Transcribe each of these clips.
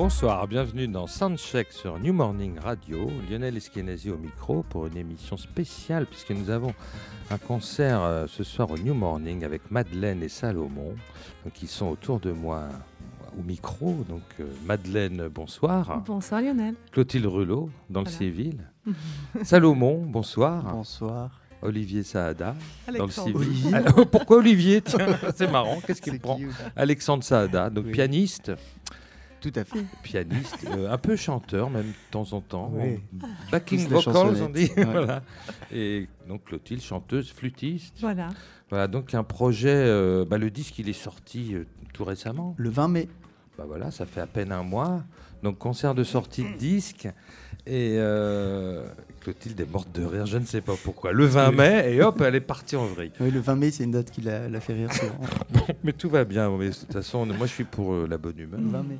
Bonsoir, bienvenue dans Soundcheck sur New Morning Radio. Lionel Eskenazi au micro pour une émission spéciale puisque nous avons un concert ce soir au New Morning avec Madeleine et Salomon qui sont autour de moi au micro. Donc Madeleine, bonsoir. Bonsoir Lionel. Clotilde Rulot dans le civil. Salomon, bonsoir. Bonsoir. Olivier Saada Alexandre. dans le civil. Alors, pourquoi Olivier? Tiens, c'est marrant, qu'est-ce qu'il prend? Alexandre Saada, donc pianiste. Tout à fait. Pianiste, un peu chanteur même de temps en temps. Oui. Backing Plus la vocals on dit. Ouais. Voilà. Et donc Clotilde, chanteuse, flûtiste. Voilà. Voilà, donc un projet, le disque il est sorti tout récemment. Le 20 mai. Voilà, ça fait à peine un mois. Donc concert de sortie de disque. Et Clotilde est morte de rire, je ne sais pas pourquoi. Le 20 mai, et hop, elle est partie en vrille. Oui, le 20 mai, c'est une date qui l'a fait rire souvent. Mais tout va bien. Mais de toute façon, moi je suis pour la bonne humeur. Le 20 mai.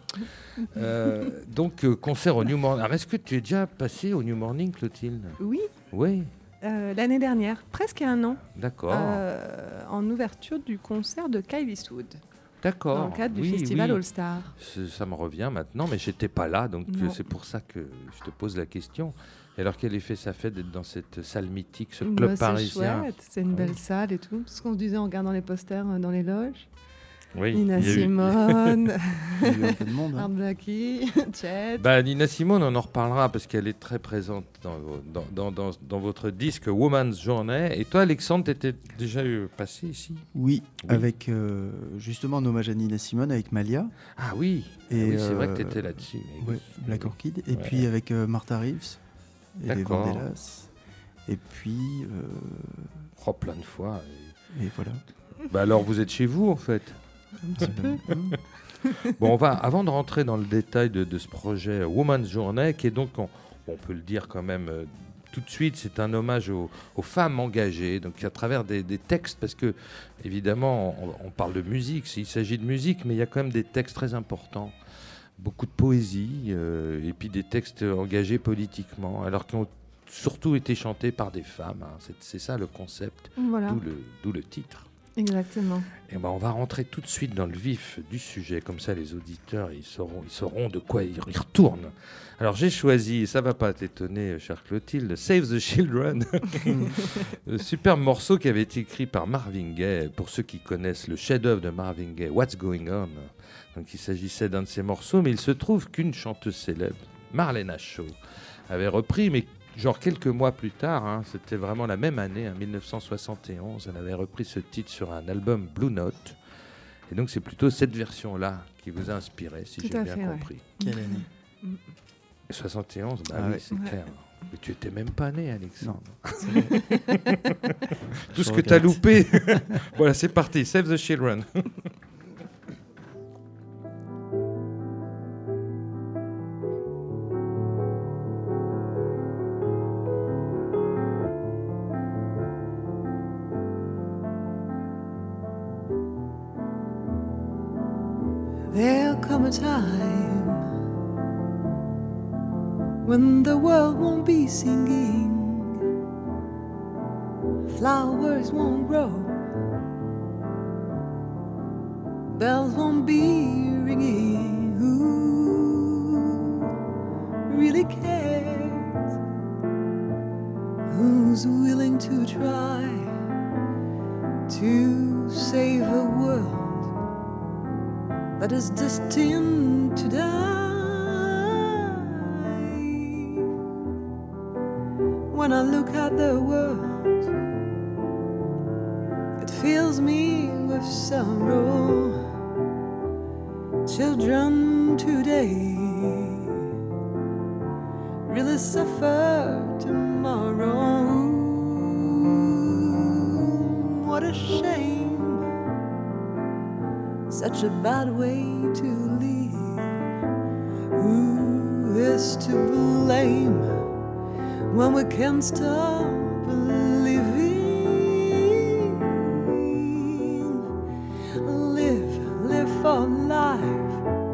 Donc concert au New Morning. Alors, est-ce que tu es déjà passé au New Morning, Clotilde? Oui, Oui, l'année dernière, presque un an, d'accord. en ouverture du concert de Kyle Eastwood, D'accord. dans le cadre du Oui, festival oui. All Star. Ça me revient maintenant, mais j'étais pas là, donc Non. c'est pour ça que je te pose la question. Et alors, quel effet ça fait d'être dans cette salle mythique, ce Bah, club c'est parisien? chouette, c'est une belle salle et tout. Ce qu'on se disait en regardant les posters dans les loges. Oui, Nina il y a eu- Simone, Il y a eu un peu de monde. Art Blakey, Chet. Bah, Nina Simone, on en reparlera parce qu'elle est très présente dans votre disque Woman's Journey. Et toi, Alexandre, t'étais déjà passé ici? Oui, Oui. avec justement un hommage à Nina Simone avec Malia. Ah oui, Et, oui, c'est vrai que t'étais là-dessus. mais Ouais, oui. Black Orchid. Et Ouais. puis avec Martha Reeves et les D'accord. Vandellas. Et puis. Oh, plein de fois. Et voilà. Bah alors, vous êtes chez vous, en fait? Un petit peu. Bon, avant de rentrer dans le détail de ce projet Woman's Journey, qui est donc, on peut le dire quand même tout de suite, c'est un hommage aux femmes engagées, donc à travers des textes, parce que évidemment, on parle de musique, il s'agit de musique, mais il y a quand même des textes très importants, beaucoup de poésie, et puis des textes engagés politiquement, alors qu'ils ont surtout été chantés par des femmes. Hein. C'est ça le concept, Voilà, d'où le titre. exactement. Et ben on va rentrer tout de suite dans le vif du sujet, comme ça les auditeurs ils sauront de quoi ils retournent. Alors j'ai choisi, et ça va pas t'étonner chère Clotilde, Save the Children, le superbe morceau qui avait été écrit par Marvin Gaye, pour ceux qui connaissent le chef-d'œuvre de Marvin Gaye, What's Going On. Donc il s'agissait d'un de ses morceaux, mais il se trouve qu'une chanteuse célèbre, Marlena Shaw, avait repris, mais genre quelques mois plus tard, hein, c'était vraiment la même année, 1971, elle avait repris ce titre sur un album Blue Note. Et donc c'est plutôt cette version-là qui vous a inspiré, si Tout j'ai à bien fait, ouais. compris. Quelle année? Et 71, bah Ah oui, ouais. c'est Ouais. clair. Mais tu étais même pas né, Alexandre. Non. Tout ce Je que tu as regrette. loupé. Voilà, c'est parti, Save the Children. There'll come a time when the world won't be singing, flowers won't grow, bells won't be ringing. Who really cares? Who's willing to try to save a world that is destined to die? When I look at the world, it fills me with sorrow. Children today really suffer tomorrow. What a shame, such a bad way to live. Who is to blame when we can't stop living? Live for life,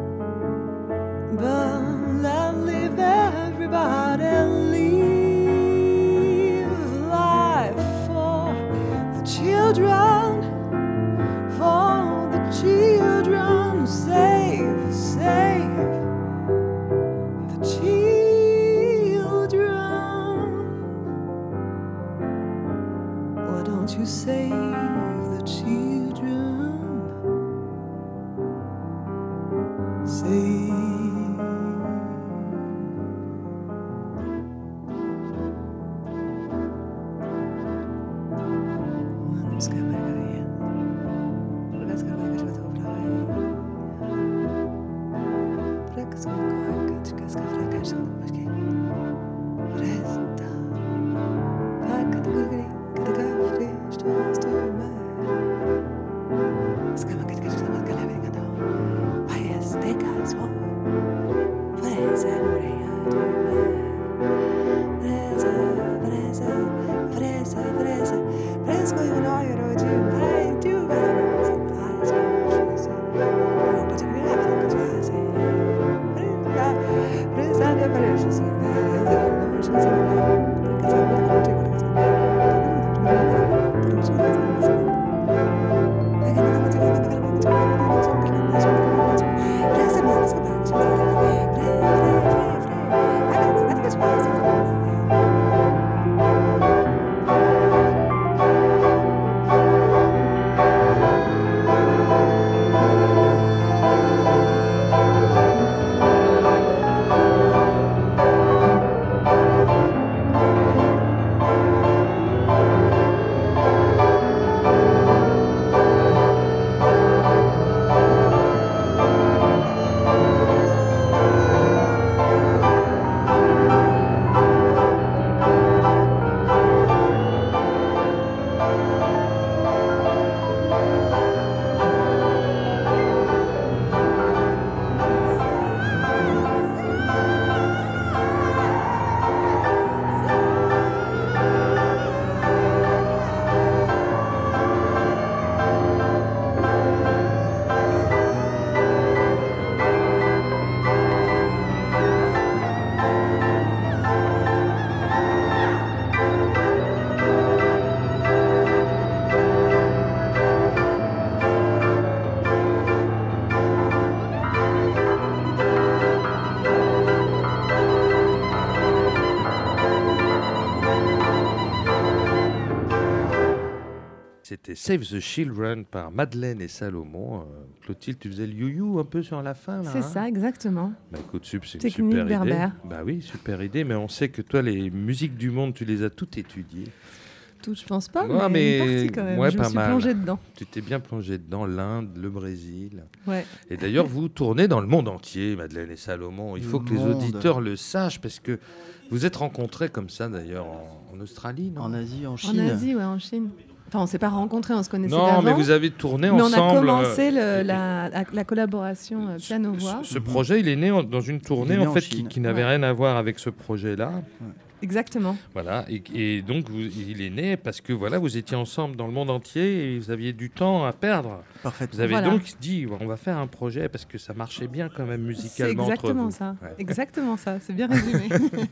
but live everybody. Live life for the children, for the children. Save to save the children. Save. C'était Save the Children par Madeleine et Salomon. Clotilde, tu faisais le you-you un peu sur la fin là. C'est ça, exactement. Bah écoute, c'est une Technique super berbère. idée. Bah oui, super idée, mais on sait que toi, les musiques du monde, tu les as toutes étudiées. Toutes, je pense pas, Ouais, mais une partie quand même. ouais, je pas me suis mal. plongée dedans. Tu t'es bien plongé dedans, l'Inde, le Brésil. Ouais. Et d'ailleurs, vous tournez dans le monde entier, Madeleine et Salomon. Il faut que les auditeurs le sachent, parce que vous êtes rencontrés comme ça, d'ailleurs, en Australie, non ? En Asie, en Chine. En Asie, ouais, en Chine. Enfin, on s'est pas rencontrés, on se connaissait Non, d'avant. mais vous avez tourné mais ensemble. on a commencé la collaboration piano-voix. Ce projet, il est né dans une tournée en fait qui n'avait rien à voir avec ce projet-là. Ouais. Exactement. Voilà, et donc il est né parce que voilà, vous étiez ensemble dans le monde entier et vous aviez du temps à perdre. Parfait. Vous avez Voilà. donc dit, on va faire un projet parce que ça marchait bien quand même musicalement C'est entre exactement vous. ça. Ouais. Exactement ça. C'est bien résumé.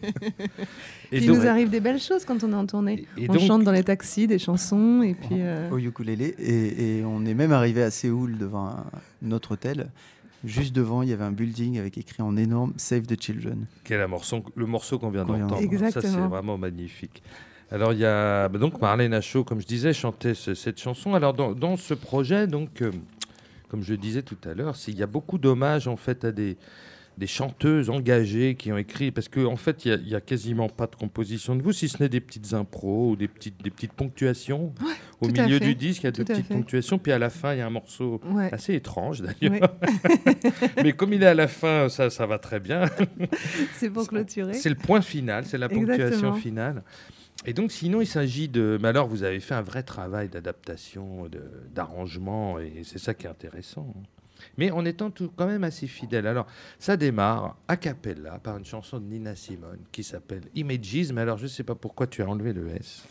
Et Puis donc, il nous arrive des belles choses quand on est en tournée. et On donc- chante dans les taxis des chansons et puis. Au ukulélé. Et on est même arrivé à Séoul devant notre hôtel. Juste devant, il y avait un building avec écrit en énorme Save the Children. quel est le morceau qu'on vient d'entendre. Ça, Exactement. c'est vraiment magnifique. Alors, il y a donc Marlène Achot, comme je disais, chantait cette chanson. Alors, dans ce projet, donc, comme je disais tout à l'heure, il y a beaucoup d'hommages en fait à des chanteuses engagées qui ont écrit, parce qu'en fait, il y a quasiment pas de composition de vous, si ce n'est des petites impros ou des petites ponctuations. Au tout à milieu fait. du disque, il y a Tout de à petites fait. ponctuations, puis à la fin, il y a un morceau Ouais. assez étrange d'ailleurs. Ouais. Mais comme il est à la fin, ça va très bien. C'est pour clôturer. C'est le point final, c'est la ponctuation Exactement. finale. Et donc, sinon, il s'agit de... Mais alors, vous avez fait un vrai travail d'adaptation, d'arrangement, et c'est ça qui est intéressant. Mais en étant quand même assez fidèle. Alors, ça démarre a cappella par une chanson de Nina Simone qui s'appelle Images. Mais alors, je ne sais pas pourquoi tu as enlevé le S.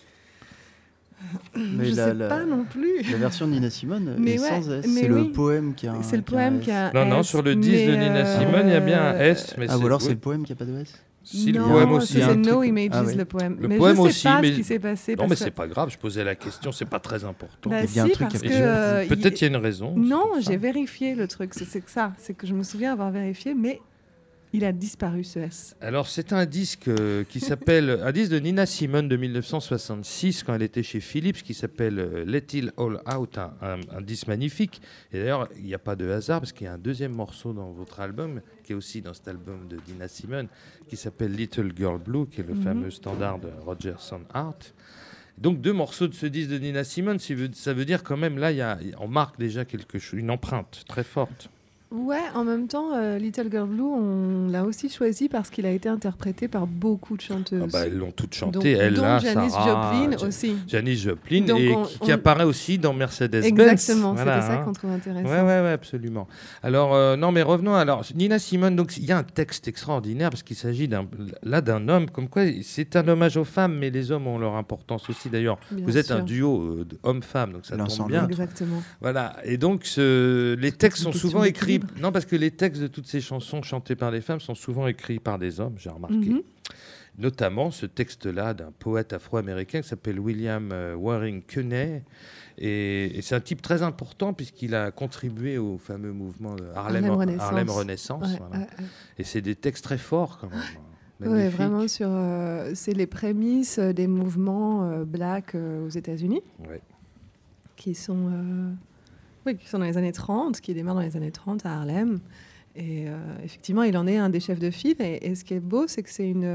Mais Je sais pas non plus. La version de Nina Simone Mais est ouais, sans S. mais C'est oui. le poème qui a un. C'est le qui a un poème S. qui a. Non, non, S, sur le disque de mais, Nina Simone, il y a bien un S. Mais Ah, ou alors c'est oui. le poème qui n'a pas de S. Si, le non, poème aussi. c'est un No truc- Images, Ah oui. le poème. Le mais poème je sais aussi, pas mais- ce qui s'est passé. Non, parce mais que- c'est pas grave, je posais la question, c'est pas très important. Bah Il y a un si, truc parce à que faire. Peut-être il y a une raison. c'est non, pour ça. j'ai vérifié le truc. C'est que ça. C'est que je me souviens avoir vérifié, mais il a disparu, ce S. Alors, c'est un disque qui s'appelle, un disque de Nina Simone de 1966, quand elle était chez Philips, qui s'appelle Let It All Out, un disque magnifique. Et d'ailleurs, il n'y a pas de hasard, parce qu'il y a un deuxième morceau dans votre album, qui est aussi dans cet album de Nina Simone, qui s'appelle Little Girl Blue, qui est le fameux standard de Rogerson Art. Donc, 2 morceaux de ce disque de Nina Simone, ça veut dire quand même, là, on marque déjà quelque chose, une empreinte très forte. Ouais, en même temps, Little Girl Blue, on l'a aussi choisi parce qu'il a été interprété par beaucoup de chanteuses. Ah bah, elles l'ont toutes chanté, dont Janis Sarah, Joplin aussi. Janis Joplin, Donc et qui apparaît aussi dans Mercedes-Benz. Exactement, voilà, c'était ça qu'on trouve intéressant. Ouais, absolument. Alors, non, mais revenons. Alors, Nina Simone, donc il y a un texte extraordinaire parce qu'il s'agit d'un homme, comme quoi c'est un hommage aux femmes, mais les hommes ont leur importance aussi. D'ailleurs, vous êtes un duo homme-femme, donc ça tombe bien. Exactement. Voilà, et donc les textes sont souvent écrits. Non, parce que les textes de toutes ces chansons chantées par des femmes sont souvent écrits par des hommes, j'ai remarqué. Notamment ce texte-là d'un poète afro-américain qui s'appelle William Waring Cunney. Et c'est un type très important puisqu'il a contribué au fameux mouvement de Harlem Renaissance. Ouais, voilà. Et c'est des textes très forts quand même. Oui, vraiment, c'est les prémices des mouvements black aux États-Unis, qui sont dans les années 30, qui démarrent dans les années 30 à Harlem. Et effectivement, il en est un des chefs de file. Et ce qui est beau, c'est que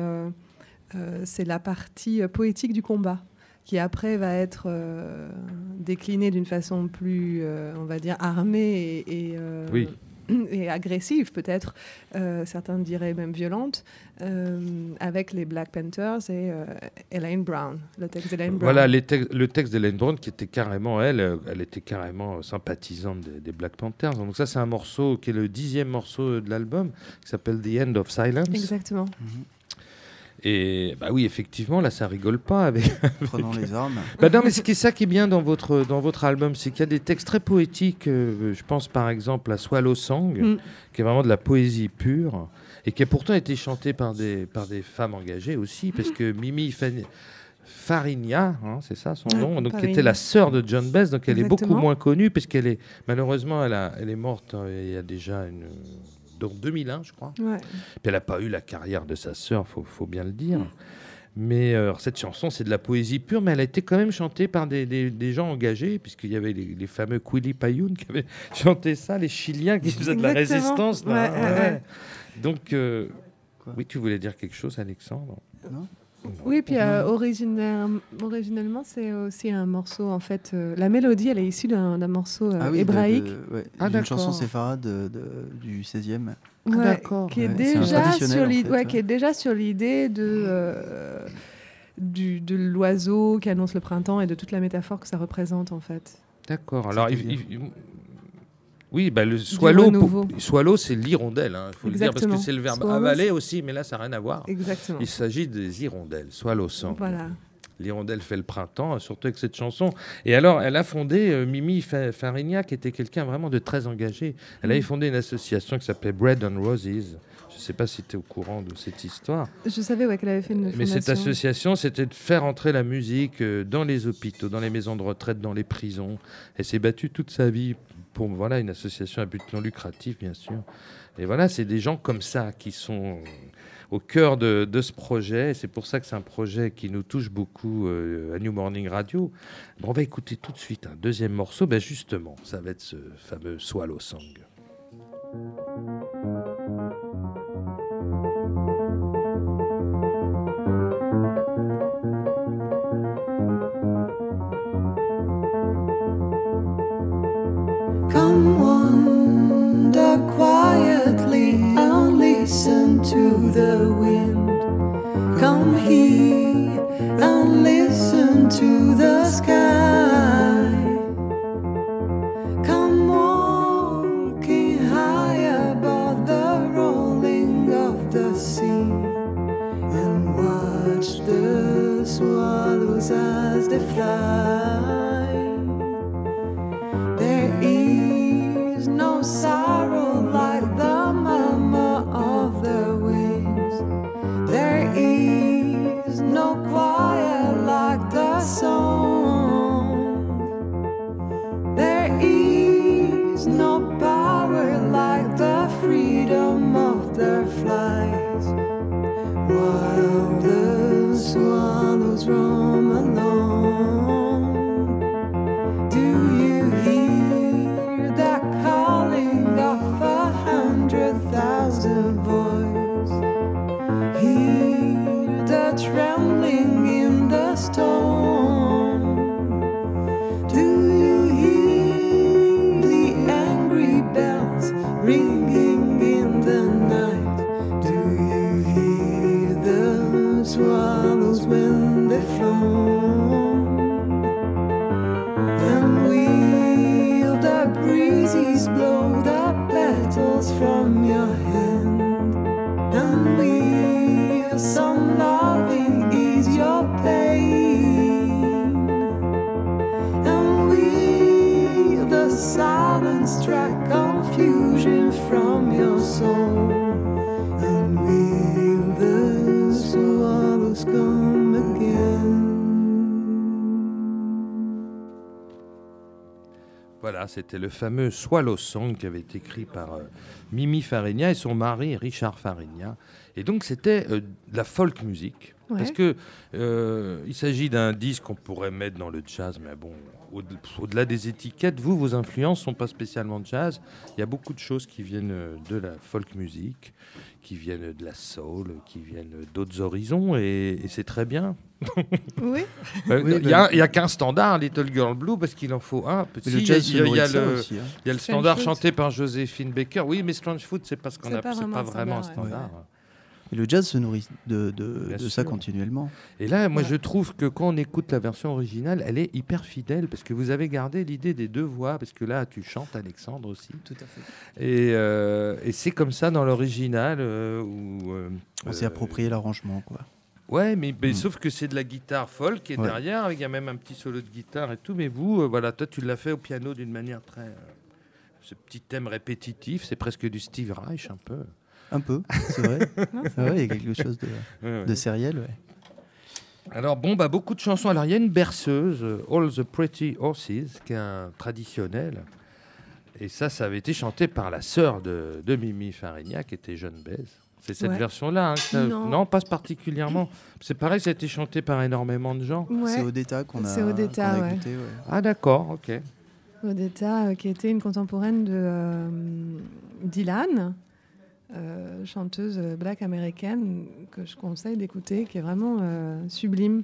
c'est la partie poétique du combat, qui après va être déclinée d'une façon plus, on va dire, armée et agressive peut-être, certains diraient même violente, avec les Black Panthers et Elaine Brown, le texte d'Elaine Brown. Voilà, le texte d'Elaine Brown qui était carrément, elle était carrément sympathisante des Black Panthers. Donc ça, c'est un morceau qui est le 10e morceau de l'album, qui s'appelle The End of Silence. Exactement. Et bah oui, effectivement, là, ça rigole pas avec. Prenons les armes. Bah non, mais c'est ça qui est bien dans votre album, c'est qu'il y a des textes très poétiques. Je pense par exemple à Swallow Song, qui est vraiment de la poésie pure et qui a pourtant été chantée par des femmes engagées aussi, parce que Mimi Farina, c'est ça son nom, donc qui était la sœur de John Bess, donc elle est beaucoup moins connue, parce qu'elle est malheureusement elle est morte il y a déjà donc 2001, je crois. Ouais. Puis elle n'a pas eu la carrière de sa sœur, faut bien le dire. Mais cette chanson, c'est de la poésie pure, mais elle a été quand même chantée par des gens engagés, puisqu'il y avait les fameux Quili Payoun qui avaient chanté ça, les Chiliens qui faisaient de la résistance. Là, donc, oui, tu voulais dire quelque chose, Alexandre ? Non. Oui, puis originellement, c'est aussi un morceau, en fait, la mélodie, elle est issue d'un morceau hébraïque. D'une chanson séfarade du 16e. Qui est déjà sur l'idée de l'oiseau qui annonce le printemps et de toute la métaphore que ça représente, en fait. D'accord. Alors, oui, le swallow, c'est l'hirondelle, il faut le dire, parce que c'est le verbe avaler aussi, mais là, ça n'a rien à voir. Exactement. Il s'agit des hirondelles, swallow song. Voilà. L'hirondelle fait le printemps, surtout avec cette chanson. Et alors, elle a fondé Mimi Farina, qui était quelqu'un vraiment de très engagé. Elle avait fondé une association qui s'appelait Bread and Roses. Je ne sais pas si tu es au courant de cette histoire. Je savais qu'elle avait fait une fondation. Mais cette association, c'était de faire entrer la musique dans les hôpitaux, dans les maisons de retraite, dans les prisons. Elle s'est battue toute sa vie pour une association à but non lucratif, bien sûr. Et voilà, c'est des gens comme ça qui sont au cœur de ce projet. C'est pour ça que c'est un projet qui nous touche beaucoup à New Morning Radio. On va écouter tout de suite un deuxième morceau. Justement, ça va être ce fameux Swallow Song. Come wander quietly and listen to the wind. Come here and listen to the sky. Come walking high above the rolling of the sea and watch the swallows as they fly. There is no sorrow like the murmur of the winds. There is no quiet like the song. There is no power like the freedom of the flight. swallows when they flown, and we'll the breezes blow the petals from your hand, and we'll some loving ease your pain, and we'll the silence track confusion from your soul, and will the swallows come again. Voilà, c'était le fameux Swallow Song qui avait été écrit par Mimi Farina et son mari Richard Farina. Et donc c'était de la folk music. Ouais. Parce que il s'agit d'un disque qu'on pourrait mettre dans le jazz, mais bon, au-delà des étiquettes, vos influences sont pas spécialement jazz. Il y a beaucoup de choses qui viennent de la folk music, qui viennent de la soul, qui viennent d'autres horizons, et c'est très bien. Oui. Il n'y a qu'un standard, Little Girl Blue, parce qu'il en faut un. Mais le jazz se nourrit de ça aussi, hein. Il y a le Strange standard Fruit. chanté par Joséphine Baker. Oui, mais Strange Fruit, c'est pas ce qu'on C'est a, pas c'est pas vraiment un standard, standard. Et le jazz se nourrit de Bien ça sûr. continuellement. Et là, moi, Ouais. je trouve que quand on écoute la version originale, elle est hyper fidèle, parce que vous avez gardé l'idée des deux voix, parce que là, tu chantes Alexandre aussi. Tout à fait. Et c'est comme ça dans l'original. On s'est approprié l'arrangement, quoi. Ouais, mais sauf que c'est de la guitare folk qui est Ouais. derrière, il y a même un petit solo de guitare et tout. Mais vous, voilà, toi, tu l'as fait au piano d'une manière très. Ce petit thème répétitif, c'est presque du Steve Reich un peu. Un peu, c'est vrai. Ah ouais, il y a quelque chose Ouais. de sériel, ouais. Alors bon, beaucoup de chansons. Alors il y a une berceuse, All the Pretty Horses, qui est un traditionnel. Et ça avait été chanté par la sœur de Mimi Farina, qui était Jeanne Baise. C'est cette Ouais. version-là. Hein, Non. pas particulièrement. C'est pareil, ça a été chanté par énormément de gens. Ouais. C'est Odetta qu'on a, C'est Odetta, qu'on a ouais. écouté, ouais. Ah d'accord, ok. Odetta, qui était une contemporaine de Dylan, chanteuse black américaine que je conseille d'écouter, qui est vraiment sublime.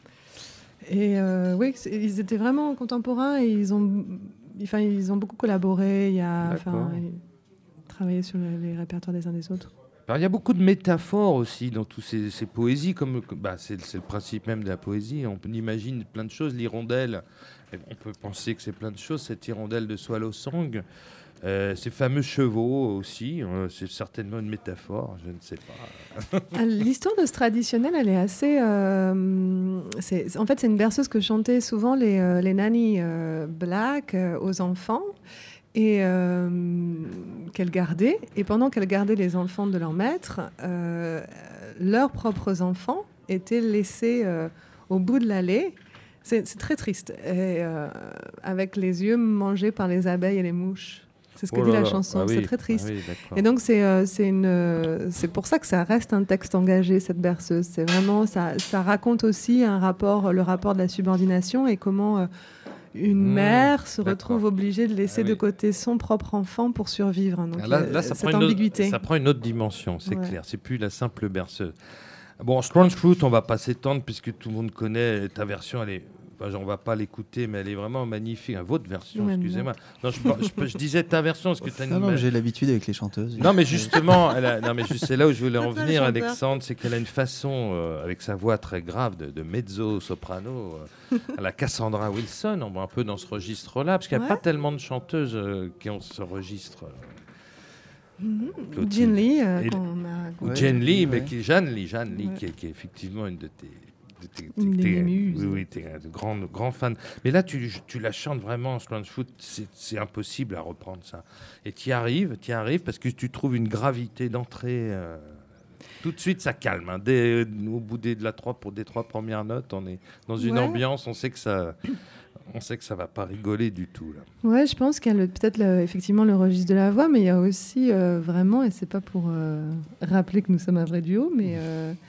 Et oui, ils étaient vraiment contemporains et ils ont beaucoup collaboré. D'accord. Ils travaillaient sur les répertoires des uns des autres. Alors, il y a beaucoup de métaphores aussi dans toutes ces poésies, c'est le principe même de la poésie. On imagine plein de choses, l'hirondelle, et on peut penser que c'est plein de choses, cette hirondelle de Swallow Song, ces fameux chevaux aussi, c'est certainement une métaphore, je ne sais pas. L'histoire de ce traditionnel, elle est assez... en fait, c'est une berceuse que chantaient souvent les nannies black aux enfants, et qu'elles gardaient. Et pendant qu'elles gardaient les enfants de leur maître, leurs propres enfants étaient laissés au bout de l'allée. C'est très triste. Et, avec les yeux mangés par les abeilles et les mouches. C'est ce que dit la chanson. C'est très triste. Ah oui, d'accord. Et donc, c'est pour ça que ça reste un texte engagé, cette berceuse. C'est vraiment, ça raconte aussi le rapport de la subordination et comment une mère se retrouve obligée de laisser de côté son propre enfant pour survivre. Donc, là, ça cette prend ambiguïté. ça prend une autre dimension, c'est Ouais. clair. C'est plus la simple berceuse. Bon, Strange Fruit, on va pas s'étendre puisque tout le monde connaît ta version. On va pas l'écouter, mais elle est vraiment magnifique. Votre version, Ouais, excusez-moi. Non, je disais ta version parce que tu as Non, j'ai l'habitude avec les chanteuses. Non, mais justement, c'est là où je voulais en C'est ça, venir, le chanteur. Alexandre, c'est qu'elle a une façon, avec sa voix très grave de mezzo-soprano, à la Cassandra Wilson, on va un peu dans ce registre-là, parce qu'il n'y a Ouais. pas tellement de chanteuses qui ont ce registre. Clotilde. Jean Lee, Et- qu'on a... Ou Ouais, Jeanne Lee, mais ouais. Jeanne Lee, Ouais. qui est effectivement une de tes... Une de mes muses. Oui, tu es un grand fan. Mais là, tu la chantes vraiment, Strange Fruit, c'est impossible à reprendre ça. Et tu y arrives parce que tu trouves une gravité d'entrée. Tout de suite, ça calme. Hein. Au bout des trois premières notes, on est dans une Ouais. ambiance, on sait que ça va pas rigoler du tout. Là. Ouais, je pense qu'il y a peut-être effectivement le registre de la voix, mais il y a aussi vraiment, et c'est pas pour rappeler que nous sommes un vrai duo, mais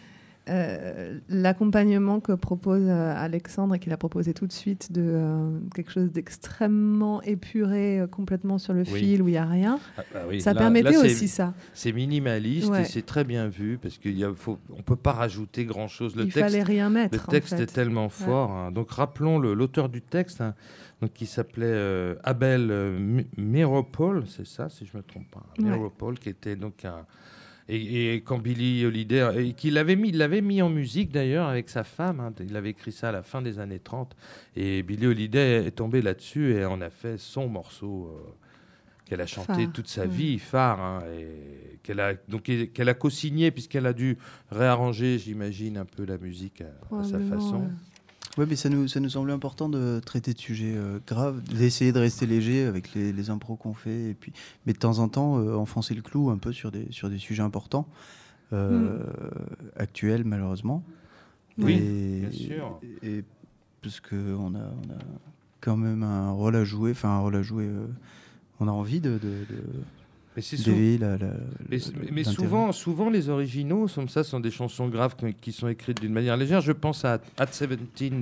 l'accompagnement que propose Alexandre et qu'il a proposé tout de suite de quelque chose d'extrêmement épuré, complètement sur le Oui. fil où il n'y a rien. Oui, Ça là, permettait là, aussi ça. C'est minimaliste Ouais. et c'est très bien vu parce on peut pas rajouter grand-chose. Il fallait rien mettre. Le texte en fait. est tellement fort. Hein. Donc rappelons l'auteur du texte, hein, donc, qui s'appelait Abel Meeropol, c'est ça, si je ne me trompe pas. Ouais. Meeropol, qui était donc Et quand Billie Holiday, et qu'il l'avait mis en musique d'ailleurs avec sa femme, hein, il avait écrit ça à la fin des années 30, et Billie Holiday est tombée là-dessus et en a fait son morceau qu'elle a chanté toute sa vie, phare, hein, et qu'elle a co-signé puisqu'elle a dû réarranger, j'imagine, un peu la musique à sa façon. Oui, mais ça nous semblait important de traiter de sujets graves, d'essayer de rester léger avec les impros qu'on fait, mais de temps en temps enfoncer le clou un peu sur des sujets importants, actuels malheureusement. Oui, bien sûr. Et parce qu'on a quand même un rôle à jouer, on a envie de mais souvent les originaux sont des chansons graves qui sont écrites d'une manière légère. Je pense à At 17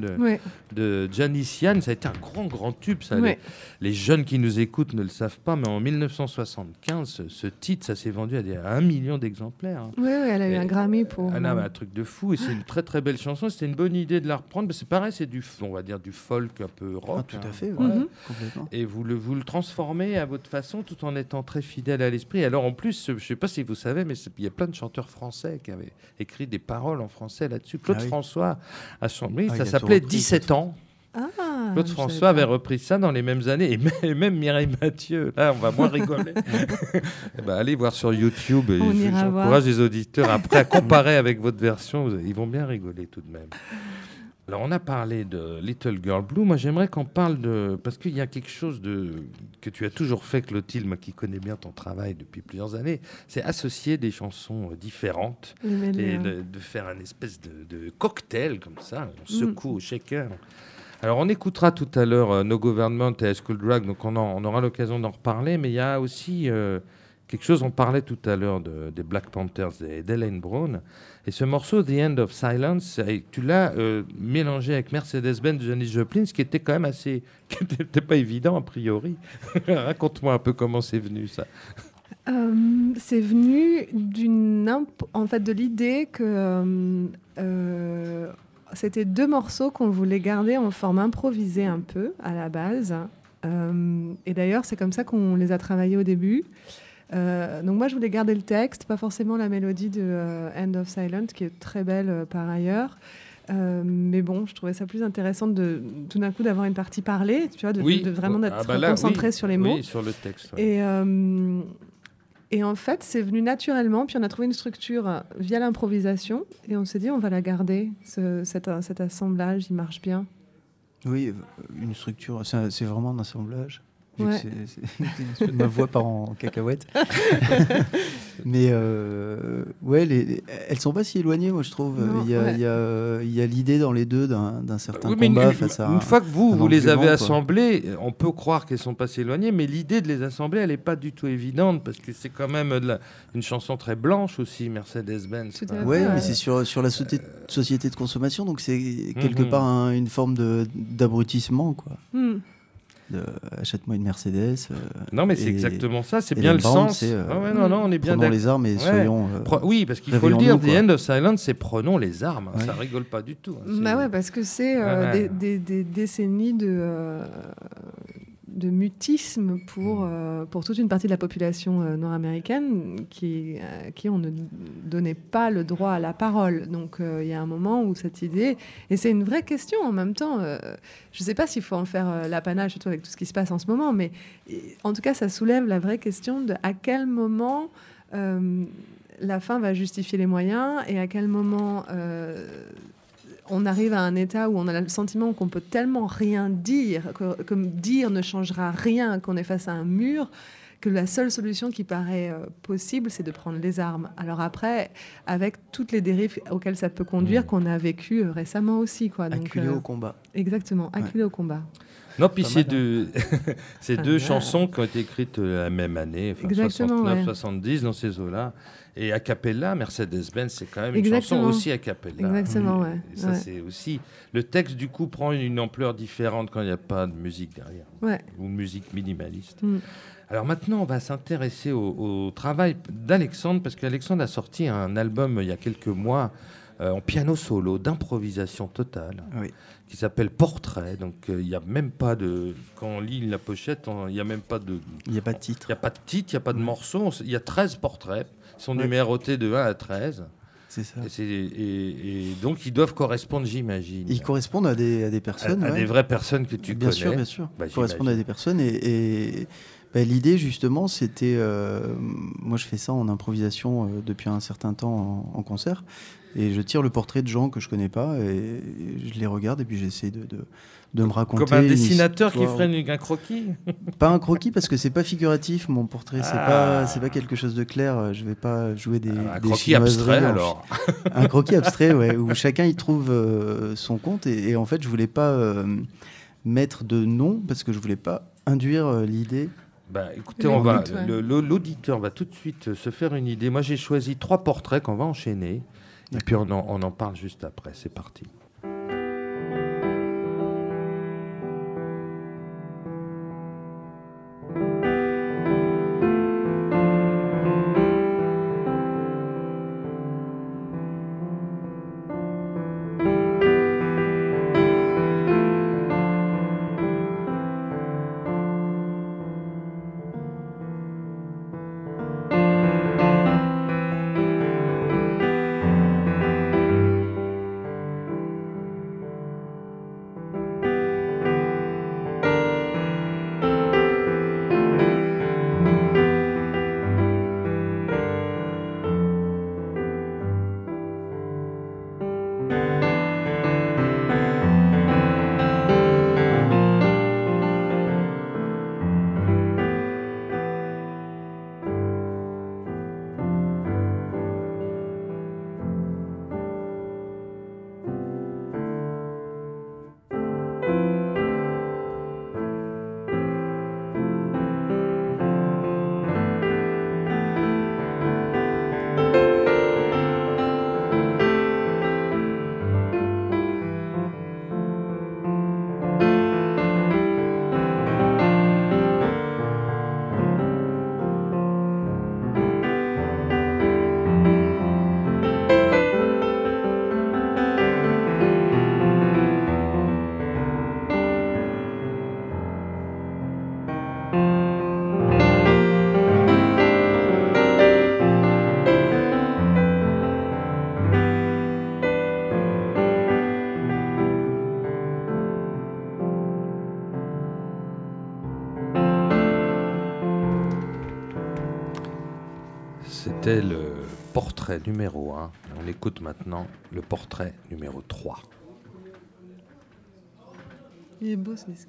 de Janis Ian, ça a été un grand tube. Ça, les jeunes qui nous écoutent ne le savent pas, mais en 1975, ce titre, ça s'est vendu à 1 million d'exemplaires. Hein. Oui, elle a eu un Grammy pour... Elle a un truc de fou, et c'est une très très belle chanson. C'était une bonne idée de la reprendre, mais c'est pareil, c'est on va dire du folk un peu rock. Tout à fait, complètement. Et vous le transformez à votre façon, tout en étant très fidèle à l'esprit. Alors en plus, je ne sais pas si vous savez, mais il y a plein de chanteurs français qui avaient écrit des paroles en français là-dessus. Claude François a chanté, ça s'appelait 17 ans. Claude François avait repris ça dans les mêmes années, et même Mireille Mathieu. Là, on va moins rigoler. Allez voir sur YouTube. J'encourage les auditeurs après à comparer avec votre version. Ils vont bien rigoler tout de même. Alors, on a parlé de Little Girl Blue. Moi, j'aimerais qu'on parle parce qu'il y a quelque chose que tu as toujours fait, Clotilde, moi qui connais bien ton travail depuis plusieurs années, c'est associer des chansons différentes et de faire une espèce de cocktail comme ça. On secoue au shaker. Alors, on écoutera tout à l'heure No Government et High School Drag, donc on aura l'occasion d'en reparler, mais il y a aussi quelque chose, on parlait tout à l'heure des Black Panthers et d'Elaine Brown, et ce morceau, The End of Silence, tu l'as mélangé avec Mercedes-Benz de Janis Joplin, ce qui était quand même qui n'était pas évident a priori. Raconte-moi un peu comment c'est venu ça. C'est venu de l'idée que c'était 2 morceaux qu'on voulait garder en forme improvisée un peu à la base. Et d'ailleurs, c'est comme ça qu'on les a travaillés au début. Donc moi, je voulais garder le texte, pas forcément la mélodie de End of Silence, qui est très belle par ailleurs. Mais bon, je trouvais ça plus intéressant tout d'un coup d'avoir une partie parlée, tu vois, de vraiment d'être concentré sur les mots. Oui, sur le texte. Ouais. Et en fait, c'est venu naturellement. Puis on a trouvé une structure via l'improvisation. Et on s'est dit, on va la garder. Cet assemblage, il marche bien. Oui, une structure, c'est vraiment un assemblage. Ouais. Ma voix part en cacahuète. Mais elles sont pas si éloignées, moi je trouve. Il y a l'idée dans les deux d'un certain combat face à. Une fois que vous les avez assemblées, on peut croire qu'elles sont pas si éloignées, mais l'idée de les assembler, elle est pas du tout évidente parce que c'est quand même une chanson très blanche aussi, Mercedes-Benz. Oui, mais c'est sur la société de consommation, donc c'est quelque part une forme d'abrutissement, quoi. Achète-moi une Mercedes. Non, mais c'est exactement ça. C'est bien le sens. On est bien prenons les armes et soyons. Oui, parce qu'il faut le dire. The End of Silence, c'est prenons les armes. Ça rigole pas du tout. Parce que c'est des décennies de mutisme pour toute une partie de la population nord-américaine qui on ne donnait pas le droit à la parole. Donc il y a un moment où cette idée, et c'est une vraie question en même temps, je ne sais pas s'il faut en faire l'apanage, surtout avec tout ce qui se passe en ce moment, mais en tout cas ça soulève la vraie question de à quel moment la fin va justifier les moyens et à quel moment on arrive à un état où on a le sentiment qu'on peut tellement rien dire, que dire ne changera rien, qu'on est face à un mur, que la seule solution qui paraît possible, c'est de prendre les armes. Alors après, avec toutes les dérives auxquelles ça peut conduire, qu'on a vécu récemment aussi. Acculé au combat. Exactement, acculé au combat. Non, puis c'est deux chansons qui ont été écrites la même année, 69-70, dans ces eaux-là. Et a cappella, Mercedes-Benz, c'est quand même une chanson aussi a cappella. Exactement, ouais. Et ça, c'est aussi... Le texte, du coup, prend une ampleur différente quand il n'y a pas de musique derrière, ou musique minimaliste. Alors maintenant, on va s'intéresser au travail d'Alexandre, parce qu'Alexandre a sorti un album il y a quelques mois en piano solo, d'improvisation totale, Oui. qui s'appelle Portrait. Donc il n'y a même pas de... Quand on lit la pochette, il n'y a même pas de... Il n'y a pas de titre. Il n'y a pas de titre, il n'y a pas de morceau. Il y a 13 portraits. Ils sont Ouais. numérotés de 1 à 13. C'est ça. Et donc ils doivent correspondre, j'imagine. Ils correspondent à des personnes. À ouais. des vraies personnes que tu Bien connais. sûr, bien sûr. Bah, Ils correspondent à des personnes. Et l'idée, justement, c'était... moi, je fais ça en improvisation depuis un certain temps en concert. Et je tire le portrait de gens que je connais pas et je les regarde et puis j'essaie de me raconter. Comme un dessinateur qui histoire. ferait un croquis. Pas un croquis parce que c'est pas figuratif mon portrait, c'est pas quelque chose de clair. Je vais pas jouer des Un des croquis abstrait chinoiseries alors. Un croquis abstrait, ouais, où chacun y trouve son compte et en fait je voulais pas mettre de nom parce que je voulais pas induire l'idée. Bah, écoutez, Ouais. l'auditeur va tout de suite se faire une idée. Moi, j'ai choisi 3 portraits qu'on va enchaîner. Et puis, on en parle juste après. C'est parti. C'était le portrait numéro 1. On écoute maintenant le portrait numéro 3. Il est beau ce disque.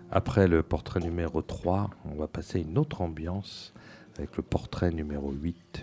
Après le portrait numéro 3, on va passer à une autre ambiance avec le portrait numéro 8.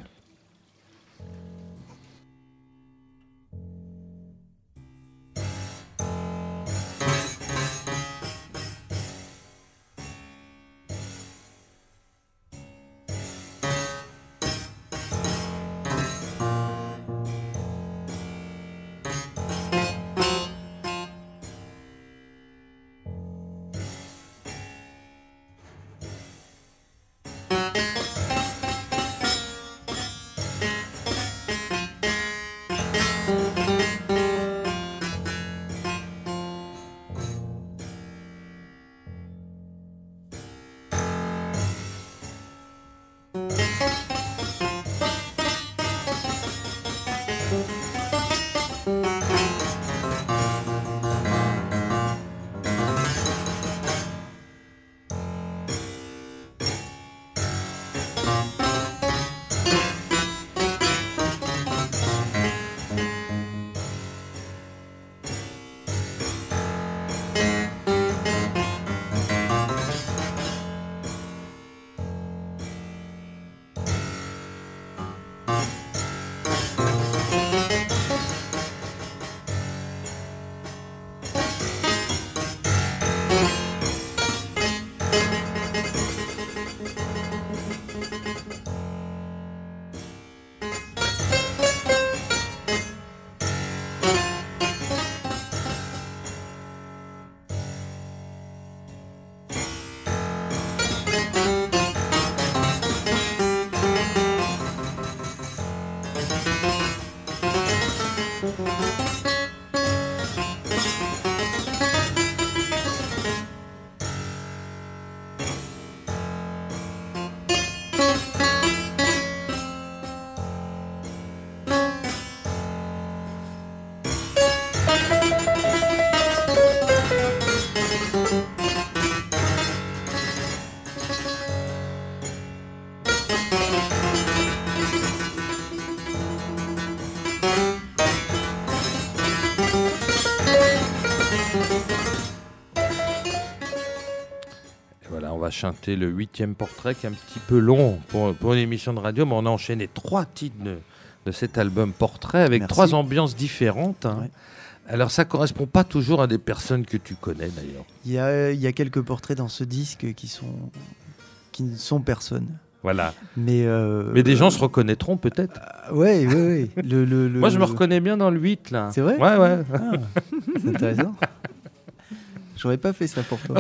Va chanter le 8e portrait qui est un petit peu long pour une émission de radio, mais on a enchaîné 3 titres de cet album Portrait avec Merci. 3 ambiances différentes. Hein. Ouais. Alors ça correspond pas toujours à des personnes que tu connais d'ailleurs. Il y a quelques portraits dans ce disque qui ne sont personne. Voilà. Mais des gens se reconnaîtront peut-être. Ouais. Moi je me reconnais bien dans le 8 là. C'est vrai ? Ouais. Ah, c'est intéressant. J'aurais pas fait ça pour toi.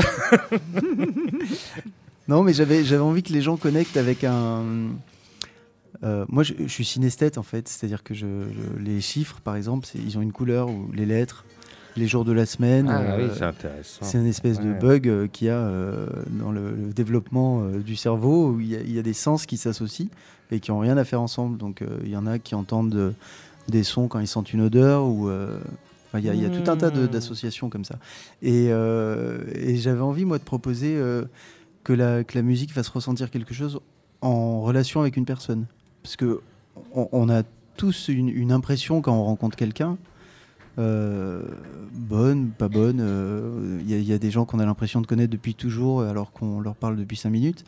Non, mais j'avais envie que les gens connectent avec un... moi, je suis synesthète, en fait. C'est-à-dire que les chiffres, par exemple, ils ont une couleur, ou les lettres, les jours de la semaine. Oui, c'est intéressant. C'est une espèce de bug qu'il y a dans le développement du cerveau, où il y a des sens qui s'associent et qui n'ont rien à faire ensemble. Donc, il y en a qui entendent des sons quand ils sentent une odeur, ou... Il y a tout un tas d'associations comme ça. Et j'avais envie, moi, de proposer que la musique fasse ressentir quelque chose en relation avec une personne. Parce qu'on a tous une impression quand on rencontre quelqu'un, bonne, pas bonne. Il y a des gens qu'on a l'impression de connaître depuis toujours, alors qu'on leur parle depuis 5 minutes.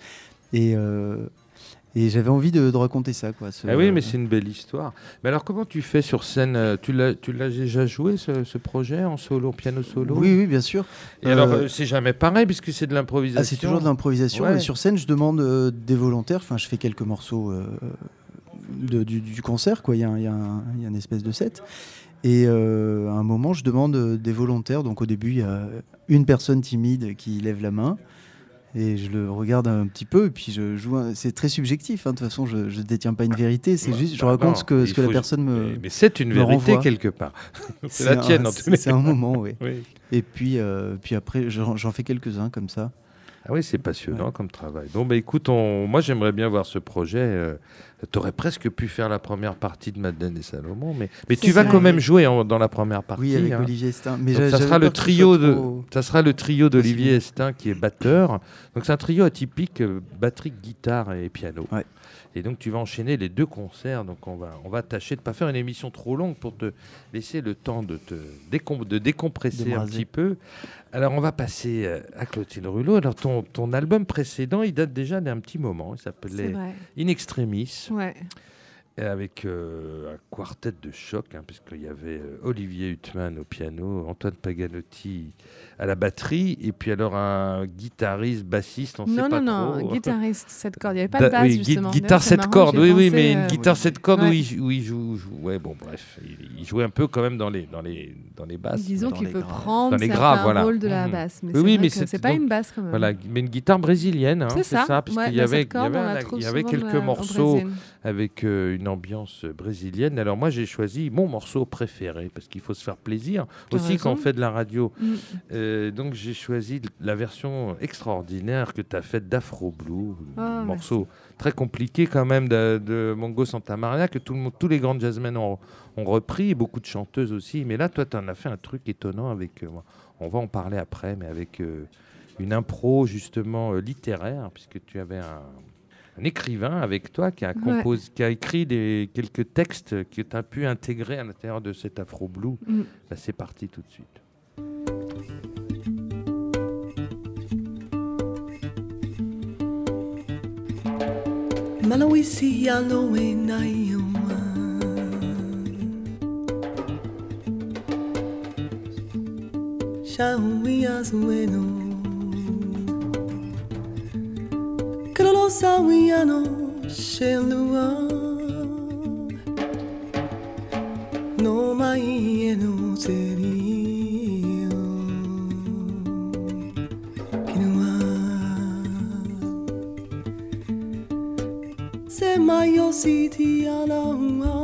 Et j'avais envie de raconter ça, quoi. Oui, mais c'est une belle histoire. Mais alors, comment tu fais sur scène ? Tu l'as déjà joué, ce projet, en solo, piano solo ? Oui, bien sûr. Et alors, c'est jamais pareil, puisque c'est de l'improvisation. C'est toujours de l'improvisation. Ouais. Et sur scène, je demande des volontaires. Enfin, je fais quelques morceaux du concert, quoi. Il y a une espèce de set. Et à un moment, je demande des volontaires. Donc, au début, il y a une personne timide qui lève la main. Et je le regarde un petit peu, et puis je joue. C'est très subjectif, hein. De toute façon, je ne détiens pas une vérité, c'est juste je raconte ce que la personne me. Mais c'est une vérité renvoie. quelque part. C'est la tienne en tous les cas. C'est un moment, oui. Oui. Et puis après, j'en fais quelques-uns comme ça. Ah oui, c'est passionnant comme travail. Bon, écoute, moi j'aimerais bien voir ce projet. Tu aurais presque pu faire la première partie de Madeleine et Salomon, mais tu vas quand même jouer dans la première partie. Oui, avec Olivier Estin. Mais ça sera le trio d'Olivier Estin qui est batteur. Donc c'est un trio atypique, batterie, guitare et piano. Ouais. Et donc tu vas enchaîner les 2 concerts. Donc on va tâcher de ne pas faire une émission trop longue pour te laisser le temps de décompresser un petit peu. Alors, on va passer à Clotilde Rulot. Alors, ton album précédent, il date déjà d'un petit moment. Il s'appelait In Extremis. Ouais. Avec un quartet de choc, puisqu'il y avait Olivier Huttman au piano, Antoine Paganotti à la batterie, et puis alors un guitariste, bassiste, on ne sait pas trop. Non, guitariste 7 cordes. Il n'y avait pas de basse, justement. Guitare 7 cordes, oui, mais une guitare 7 cordes ouais. où il joue. Ouais, bon, bref, il jouait un peu quand même dans les basses. Disons qu'il peut graves. prendre Dans les graves, certains rôles de la basse. Mais c'est pas une basse quand même. Voilà, mais une guitare brésilienne, c'est ça. parce qu'il y avait quelques morceaux avec une ambiance brésilienne. Alors moi, j'ai choisi mon morceau préféré, parce qu'il faut se faire plaisir, aussi quand on fait de la radio. Donc j'ai choisi la version extraordinaire que tu as faite d'Afro Blue, un morceau très compliqué quand même de Mongo Santa Maria, que tous les grands jazzmen ont repris, beaucoup de chanteuses aussi. Mais là, toi, tu en as fait un truc étonnant avec... on va en parler après, mais avec une impro justement littéraire, puisque tu avais un écrivain avec toi qui a écrit quelques textes que tu as pu intégrer à l'intérieur de cet Afro Blue. Là, c'est parti tout de suite. Malawisi yalowe nayo Shawi azueno Kalolo sawiano shelua No mai no serio Kinua Se mayo siti alawa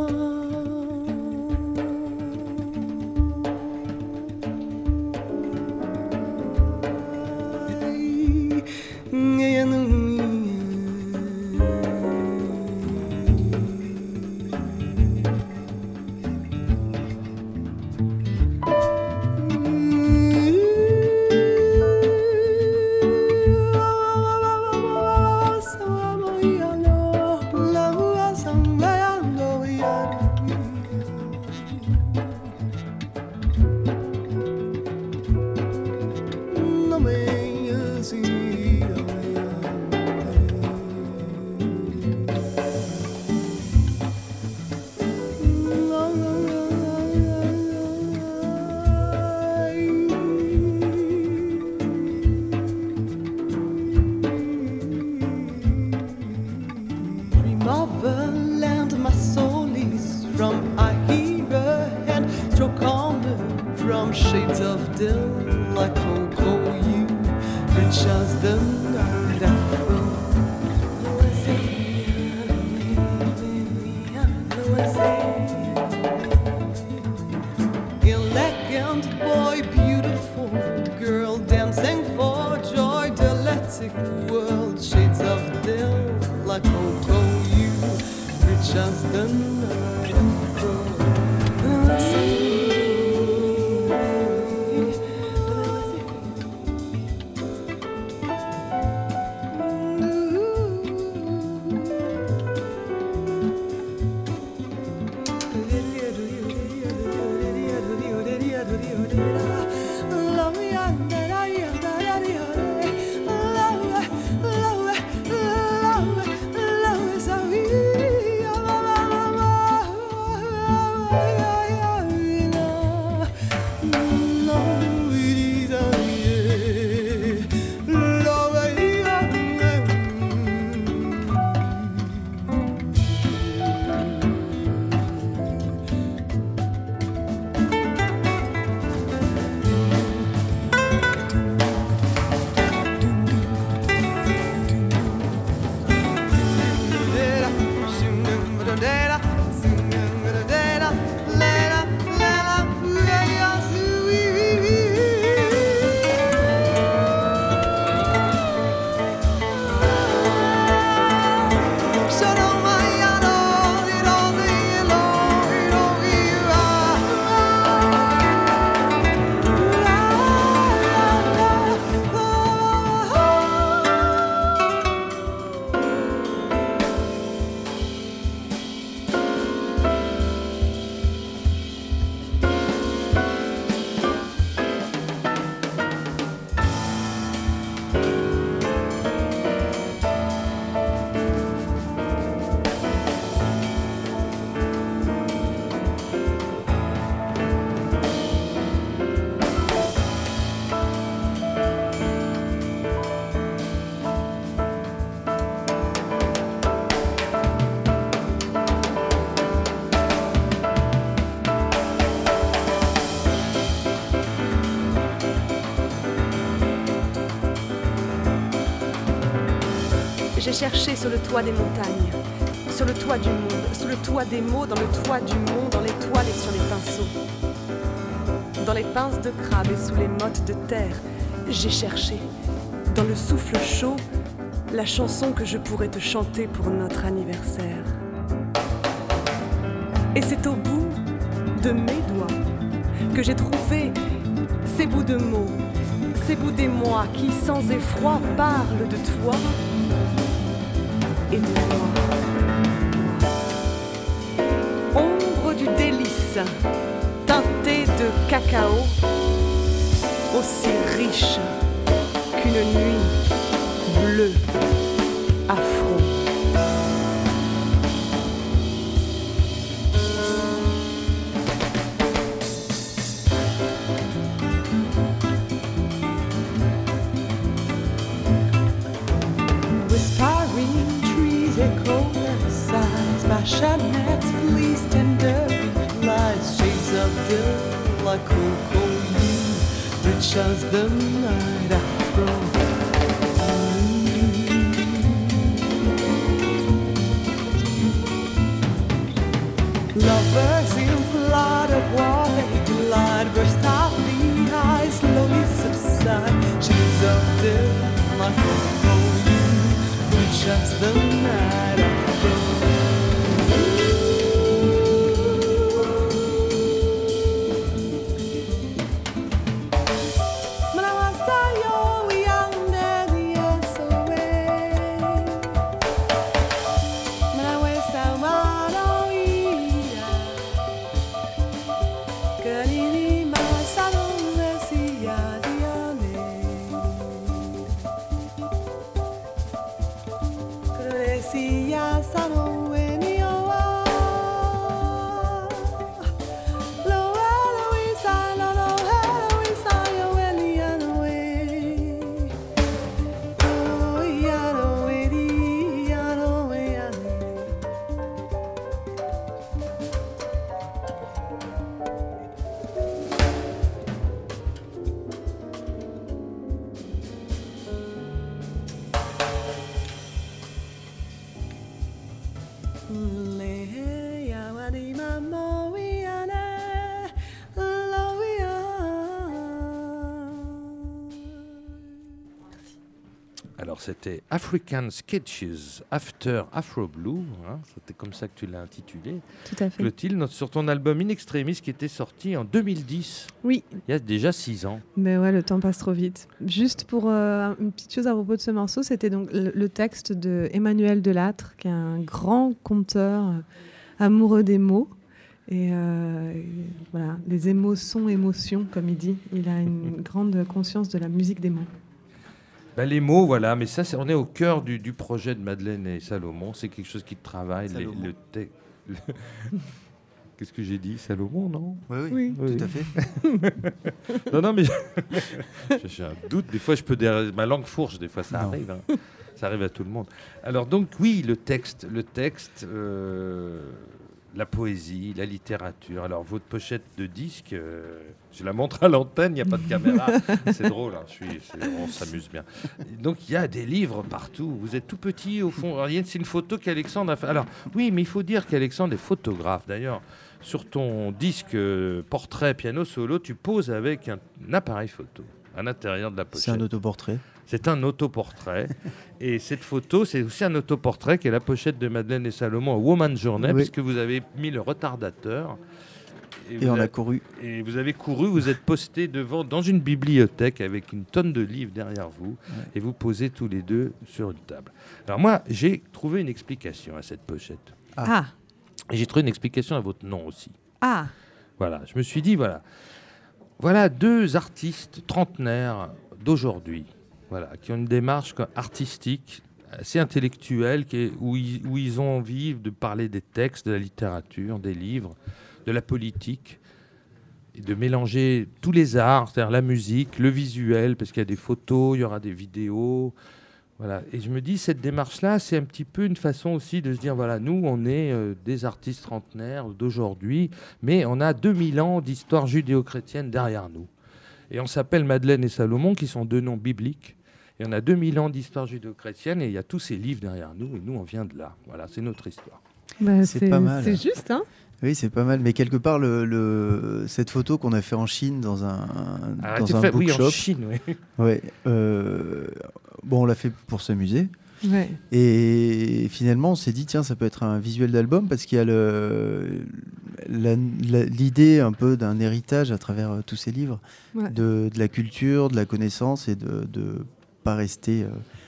J'ai cherché sur le toit des montagnes, sur le toit du monde, sous le toit des mots, dans le toit du monde, dans les toiles et sur les pinceaux. Dans les pinces de crabe et sous les mottes de terre, j'ai cherché, dans le souffle chaud, la chanson que je pourrais te chanter pour notre anniversaire. Et c'est au bout de mes doigts que j'ai trouvé ces bouts de mots, ces bouts d'émoi qui sans effroi parlent de toi et de moi. Ombre du délice, teintée de cacao, aussi riche qu'une nuit bleue afro. Passionate, please tender lights, shades of dill, like cocoa you, rich as the night afro. Lovers in flood of water glide, burst out the eyes, slowly subside, shades of dill, like cocoa you, rich as the night afro. Alors c'était African Sketches After Afro Blue, hein, c'était comme ça que tu l'as intitulé. Tout à fait. Clotilde, sur ton album In Extremis qui était sorti en 2010. Oui. Il y a déjà 6 ans. Mais ouais, le temps passe trop vite. Juste pour une petite chose à propos de ce morceau, c'était donc le texte de Emmanuel Delattre, qui est un grand conteur amoureux des mots. Et voilà, les émotions, comme il dit. Il a une grande conscience de la musique des mots. Ben, les mots, voilà, mais ça, on est au cœur du projet de Madeleine et Salomon. C'est quelque chose qui travaille. Qu'est-ce que j'ai dit? Salomon, non? Oui, tout à fait. non, mais j'ai un doute. Des fois, ma langue fourche, des fois, ça arrive. Hein. Ça arrive à tout le monde. Alors, donc, oui, le texte, la poésie, la littérature. Alors, votre pochette de disque, je la montre à l'antenne, il n'y a pas de caméra. C'est drôle, hein, on s'amuse bien. Donc, il y a des livres partout. Vous êtes tout petit, au fond. Alors, c'est une photo qu'Alexandre a fait. Alors, oui, mais il faut dire qu'Alexandre est photographe. D'ailleurs, sur ton disque portrait piano solo, tu poses avec un appareil photo à l'intérieur de la pochette. C'est un autoportrait. C'est un autoportrait. Et cette photo, c'est aussi un autoportrait qui est la pochette de Madeleine et Salomon, Woman's Journey, puisque vous avez mis le retardateur. Et on a couru. Et vous avez couru, vous êtes posté dans une bibliothèque avec une tonne de livres derrière vous. Ouais. Et vous posez tous les deux sur une table. Alors moi, j'ai trouvé une explication à cette pochette. Ah. Et j'ai trouvé une explication à votre nom aussi. Ah. Voilà, je me suis dit, voilà 2 artistes trentenaires d'aujourd'hui. Voilà, qui ont une démarche artistique assez intellectuelle où ils ont envie de parler des textes, de la littérature, des livres, de la politique, et de mélanger tous les arts, c'est-à-dire la musique, le visuel, parce qu'il y a des photos, il y aura des vidéos. Voilà. Et je me dis, cette démarche-là, c'est un petit peu une façon aussi de se dire, voilà, nous, on est des artistes trentenaires d'aujourd'hui, mais on a 2000 ans d'histoire judéo-chrétienne derrière nous. Et on s'appelle Madeleine et Salomon, qui sont 2 noms bibliques. Il y en a 2000 ans d'histoire judéo-chrétienne et il y a tous ces livres derrière nous et nous, on vient de là. Voilà, c'est notre histoire. C'est pas mal. C'est juste, hein. Oui, c'est pas mal. Mais quelque part, cette photo qu'on a fait en Chine dans un bookshop. Oui, en Chine, oui. Ouais, on l'a fait pour s'amuser. Ouais. Et finalement, on s'est dit, tiens, ça peut être un visuel d'album parce qu'il y a l'idée un peu d'un héritage à travers tous ces livres, de la culture, de la connaissance et de pas rester...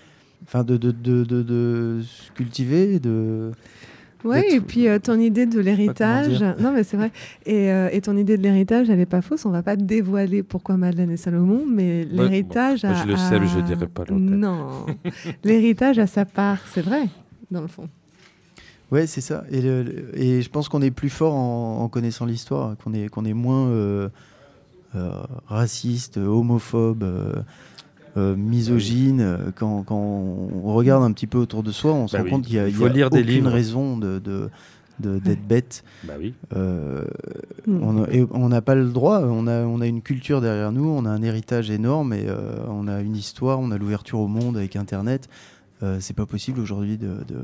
de se cultiver, Oui, et puis ton idée de l'héritage, non mais c'est vrai, et ton idée de l'héritage, elle n'est pas fausse, on ne va pas dévoiler pourquoi Madeleine et Salomon, mais l'héritage moi, je le sais, mais je ne dirai pas l'autre. Non, l'héritage a sa part, c'est vrai, dans le fond. Ouais, c'est ça, et je pense qu'on est plus fort en connaissant l'histoire, qu'on est moins raciste, homophobe, misogyne. Quand on regarde un petit peu autour de soi, on se rend compte qu'il n'y a aucune raison d'être bête. Bah oui. On n'a pas le droit. On a une culture derrière nous, on a un héritage énorme et on a une histoire, on a l'ouverture au monde avec Internet. C'est pas possible aujourd'hui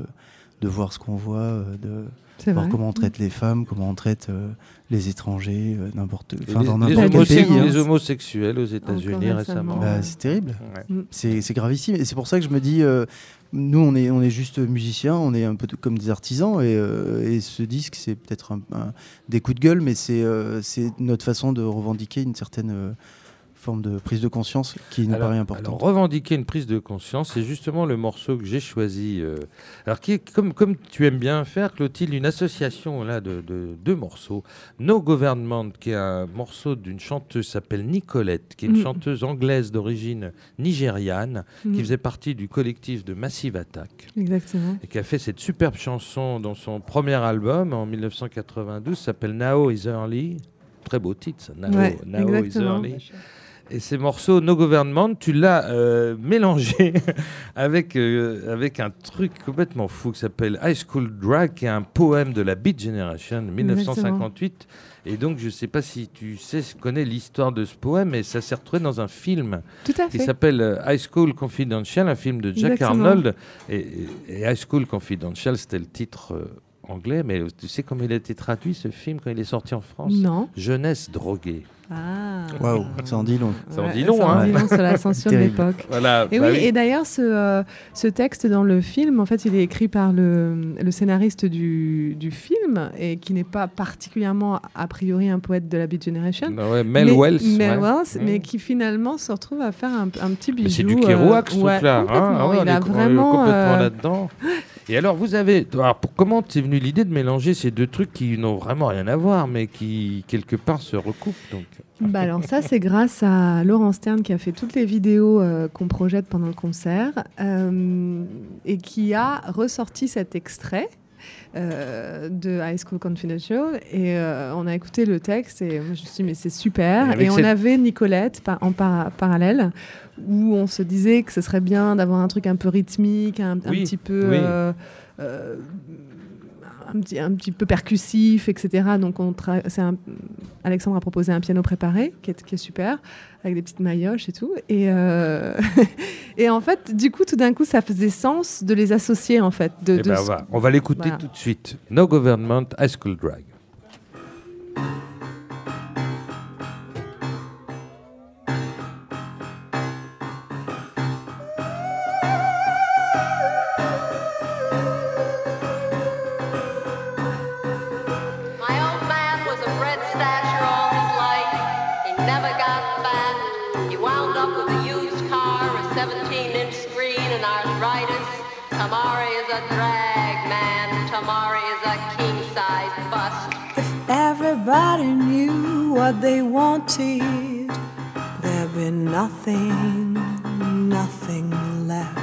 de voir ce qu'on voit, de voir comment on traite les femmes, comment on traite les étrangers, dans n'importe quel pays. Les homosexuels aux États-Unis récemment. C'est terrible. Ouais. C'est gravissime. Et c'est pour ça que je me dis, nous, on est juste musiciens, on est un peu comme des artisans. Et ce disque, c'est peut-être des coups de gueule, mais c'est notre façon de revendiquer une certaine... forme de prise de conscience qui nous paraît importante. Alors, revendiquer une prise de conscience, c'est justement le morceau que j'ai choisi. Alors, qui est, comme tu aimes bien faire, Clotilde, une association là, de deux morceaux. No Government, qui est un morceau d'une chanteuse qui s'appelle Nicolette, qui est une chanteuse anglaise d'origine nigériane, qui faisait partie du collectif de Massive Attack. Exactement. Et qui a fait cette superbe chanson dans son premier album en 1992, s'appelle Now is Early. Très beau titre, ça. Now is Early. Et ces morceaux No Government, tu l'as mélangé avec un truc complètement fou qui s'appelle High School Drag, qui est un poème de la Beat Generation 1958. Exactement. Et donc, je ne sais pas si tu connais l'histoire de ce poème, mais ça s'est retrouvé dans un film qui s'appelle High School Confidential, un film de Jack Arnold. Et High School Confidential, c'était le titre anglais, mais tu sais comment il a été traduit, ce film, quand il est sorti en France ? Non. Jeunesse droguée. Waouh, ça en dit long. Ça en dit long, hein. Ça en dit long sur la censure de l'époque. Voilà, et et d'ailleurs, ce texte dans le film, en fait, il est écrit par le scénariste du film et qui n'est pas particulièrement, a priori, un poète de la Beat Generation. Mel Wells. Mais qui finalement se retrouve à faire un petit bijou. Mais c'est du Kerouac, ce truc-là. Il a vraiment... complètement là-dedans. Et alors, comment t'es venu l'idée de mélanger ces deux trucs qui n'ont vraiment rien à voir, mais qui, quelque part, se recoupent donc. Alors ça, c'est grâce à Laurent Stern qui a fait toutes les vidéos qu'on projette pendant le concert et qui a ressorti cet extrait de High School Confidential et on a écouté le texte et moi, je me suis dit mais c'est super et on avait Nicolette en parallèle où on se disait que ce serait bien d'avoir un truc un peu rythmique, un petit peu un petit peu percussif, etc. Donc Alexandre a proposé un piano préparé qui est super, avec des petites maillotches et tout. Et en fait, du coup, tout d'un coup, ça faisait sens de les associer, en fait. On va l'écouter tout de suite. No Government, High School Drag. Everybody knew what they wanted. There'd be nothing left.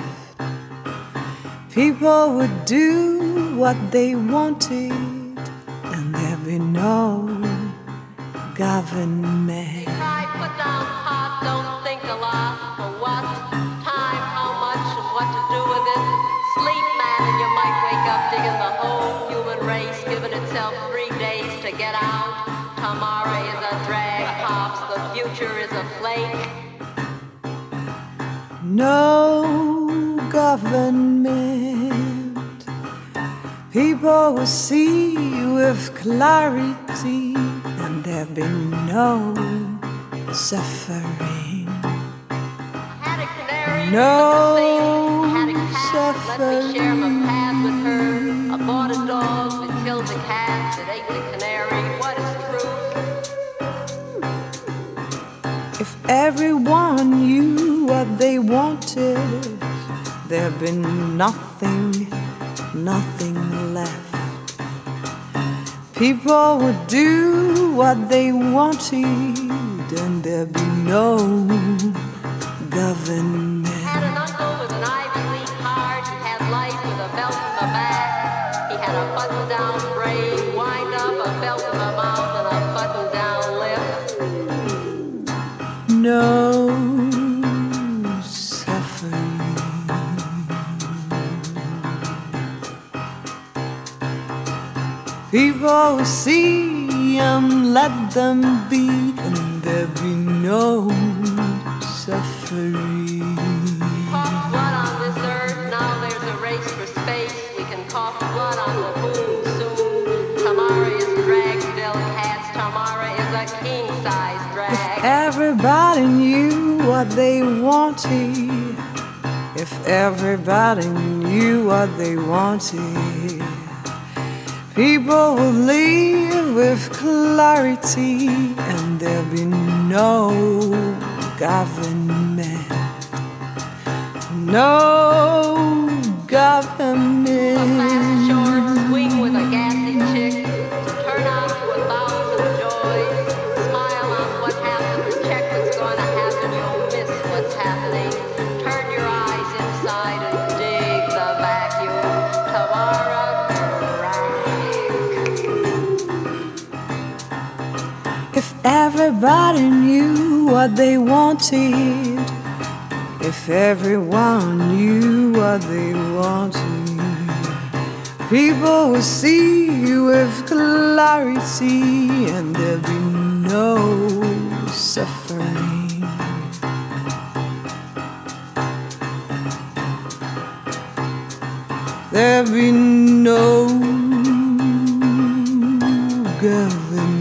People would do what they wanted, and there'd be no government. Put down pot, don't think a lot. For what? Time, how much, and what to do with it. Sleep, man, and you might wake up digging the whole human race, giving itself 3 days to get out. Tomorrow is a drag, pops. The future is a flake. No government, people will see with clarity, and there'll be no suffering. No suffering. Let me share my path with her. I bought a dog that killed the cat that ate the canary. What is truth? If everyone knew what they wanted, there'd be nothing left. People would do what they wanted, and there'd be no government. Had an uncle with an Ivy League heart. He had life with a belt in the back. He had a button-down brain, wind up, a belt in the mouth, and a button-down lip. No suffering. People see and let them be, and there be no suffering. Cough blood on this earth, now there's a race for space. We can cough blood on the moon soon. Tamara is Dragdale cats, Tamara is a king-size drag. If everybody knew what they wanted, if everybody knew what they wanted, people would live with clarity, and there'd be no government. No government. A fast short swing with a gassy chick. Turn on to 1,000 joys. Smile on what happened. Check what's going to happen. You'll miss what's happening. Turn your eyes inside and dig the vacuum. Tamara Drag. If everybody knew what they wanted, if everyone knew what they wanted, people would see with clarity, and there'd be no suffering. There'd be no government.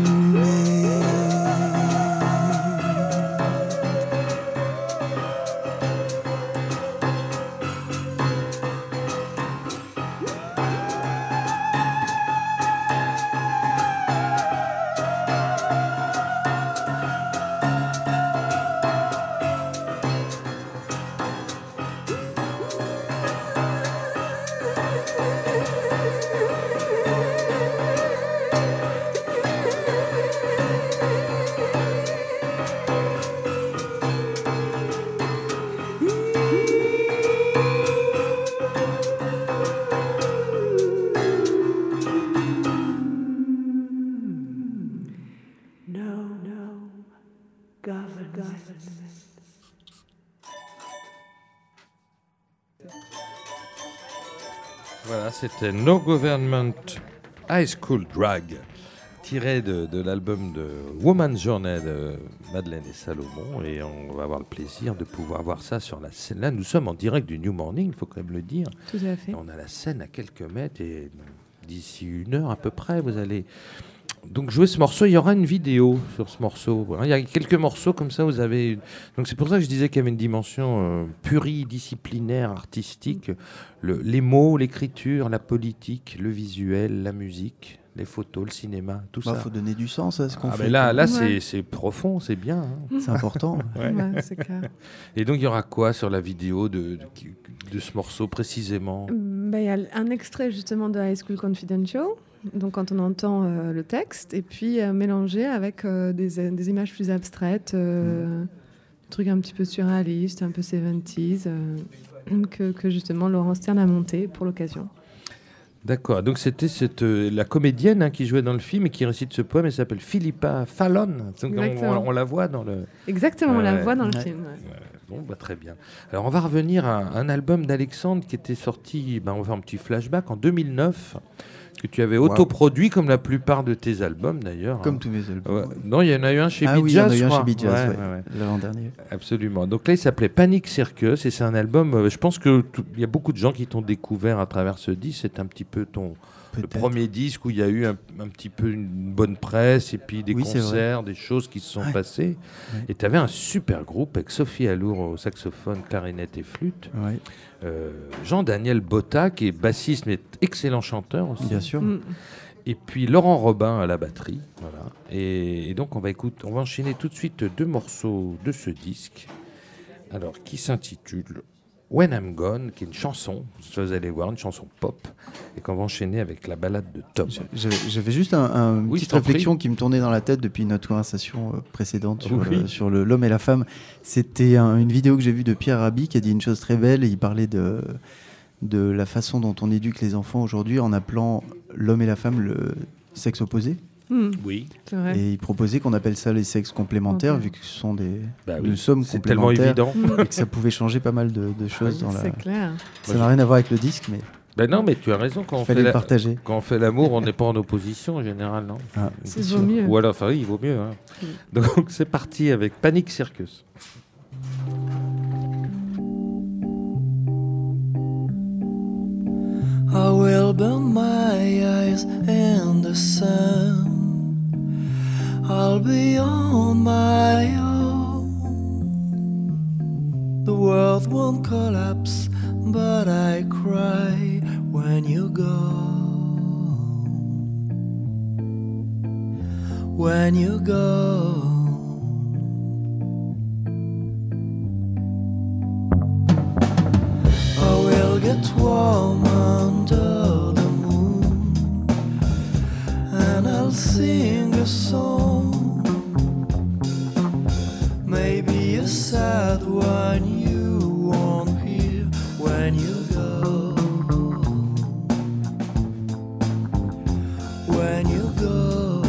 Voilà, c'était No Government High School Drag, tiré de l'album de Woman's Journey de Madeleine et Salomon. Et on va avoir le plaisir de pouvoir voir ça sur la scène. Là, nous sommes en direct du New Morning, il faut quand même le dire. Tout à fait. Et on a la scène à quelques mètres et d'ici 1 heure à peu près, vous allez donc jouer ce morceau. Il y aura une vidéo sur ce morceau. Voilà. Il y a quelques morceaux comme ça, vous avez... Donc c'est pour ça que je disais qu'il y avait une dimension pluridisciplinaire, artistique. Les mots, l'écriture, la politique, le visuel, la musique, les photos, le cinéma, tout ça. Il faut donner du sens à ce qu'on fait. Mais là Ouais. c'est profond, c'est bien. Hein. C'est important. Ouais. Ouais, c'est clair. Et donc il y aura quoi sur la vidéo de ce morceau précisément? Il y a un extrait justement de High School Confidential, donc quand on entend le texte, et puis mélangé avec des images plus abstraites, des trucs un petit peu surréalistes, un peu 70s, que justement Laurence Stern a monté pour l'occasion. D'accord, donc c'était la comédienne qui jouait dans le film et qui récite ce poème, elle s'appelle Philippa Fallon. Donc on la voit dans le... Exactement, on la voit dans le film. Ouais. Bon, très bien. Alors on va revenir à un album d'Alexandre qui était sorti, on va faire un petit flashback, en 2009, Que tu avais autoproduit comme la plupart de tes albums d'ailleurs. Comme tous mes albums. Ouais. Non, il y en a eu un chez Bee Gees. Oui, il y en a eu un chez Bee Gees, l'avant-dernier. Absolument. Donc là, il s'appelait Panic Circus et c'est un album. Je pense qu'il y a beaucoup de gens qui t'ont découvert à travers ce disque. C'est un petit peu le premier disque où il y a eu un petit peu une bonne presse et puis des concerts, des choses qui se sont passées. Ouais. Et tu avais un super groupe avec Sophie Allour au saxophone, clarinette et flûte. Ouais. Jean-Daniel Botta qui est bassiste mais excellent chanteur aussi. Bien sûr. Et puis Laurent Robin à la batterie. Voilà. Et donc on va enchaîner tout de suite 2 morceaux de ce disque. Alors qui s'intitule When I'm Gone, qui est une chanson, vous allez voir, une chanson pop, et qu'on va enchaîner avec la balade de Tom. J'avais juste une petite réflexion qui me tournait dans la tête depuis notre conversation précédente sur l'homme et la femme. C'était une vidéo que j'ai vue de Pierre Rabhi qui a dit une chose très belle, et il parlait de la façon dont on éduque les enfants aujourd'hui en appelant l'homme et la femme le sexe opposé. Oui, c'est vrai. Et il proposait qu'on appelle ça les sexes complémentaires, vu que ce sont nous sommes c'est complémentaires, tellement évident. et que ça pouvait changer pas mal de choses dans la. C'est clair. Ça n'a rien à voir avec le disque, mais. Non, mais tu as raison. Quand on fait l'amour, on n'est pas en opposition en général, non. C'est vaut mieux. Ou alors, il vaut mieux. Hein. Donc c'est parti avec Panic Circus. I will burn my eyes in the sun. I'll be on my own. The world won't collapse, but I cry when you go. When you go. I will get warm under the moon, and I'll sing a song, maybe a sad one you won't hear when you go. When you go.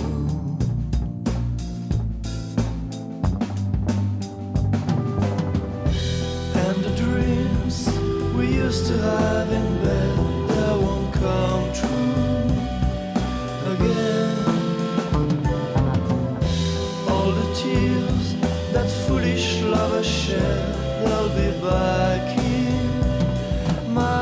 And the dreams we used to have in bed, that won't come true again. All the tears that foolish lovers shed, they'll be back in my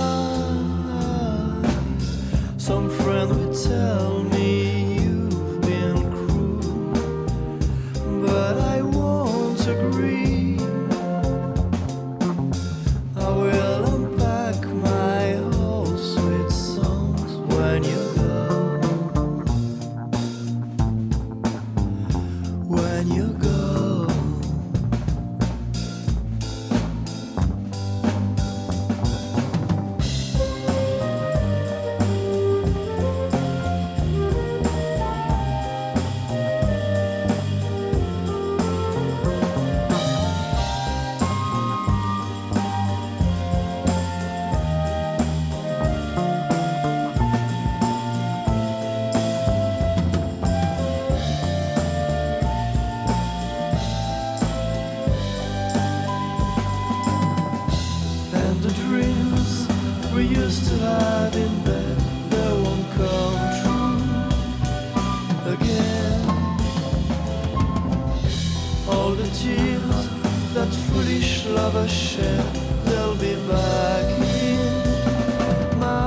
eyes. Some friend will tell me you've been cruel, but I won't agree. I will unpack my whole sweet songs when you go. When you go. And the dreams we used to have in bed, they won't come true again. All the tears that foolish lovers shed, they'll be back in my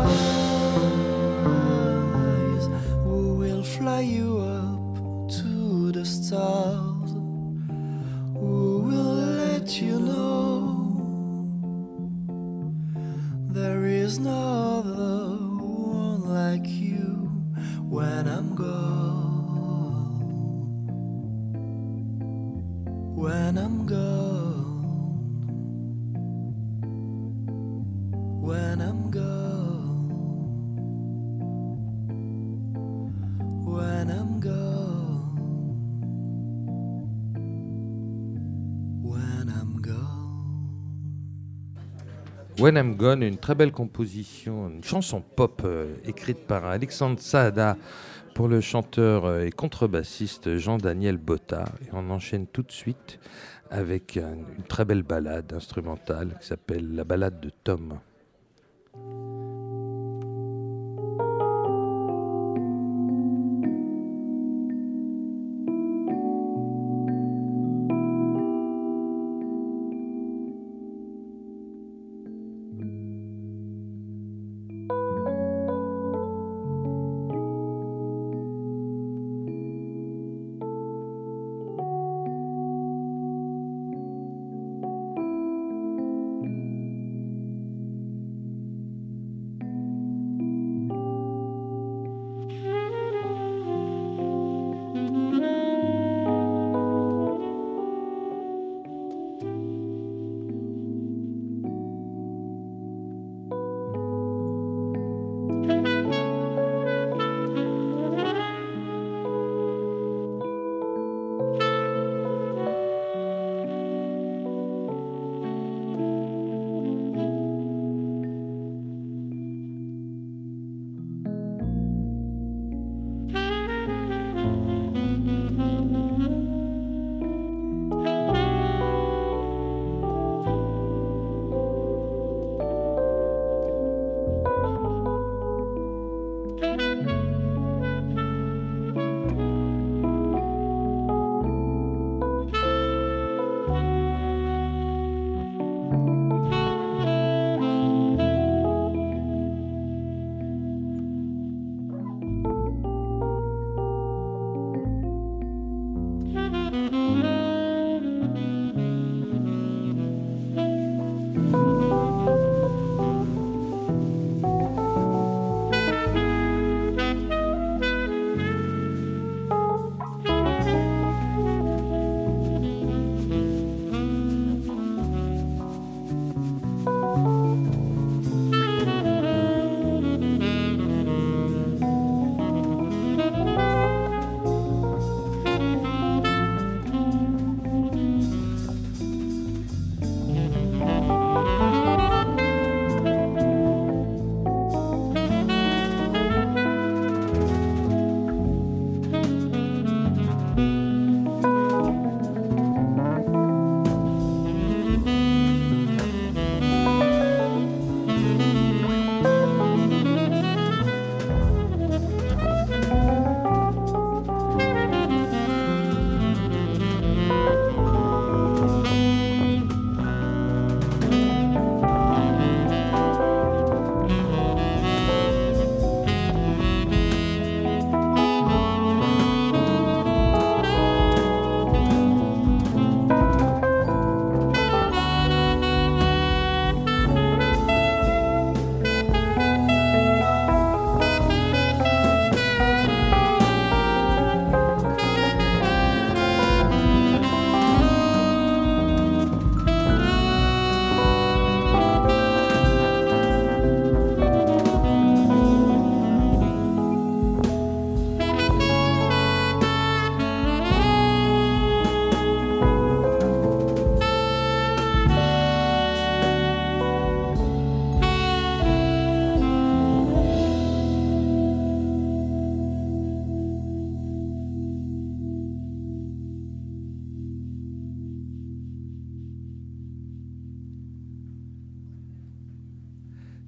eyes. Who will fly you up to the stars? Who will let you know there is no other one like you when I'm gone? When I'm gone. When I'm gone. When I'm gone. When I'm gone. When I'm Gone, une très belle composition, une chanson pop écrite par Alexandre Saada pour le chanteur et contrebassiste Jean-Daniel Botta. Et on enchaîne tout de suite avec une très belle ballade instrumentale qui s'appelle La balade de Tom.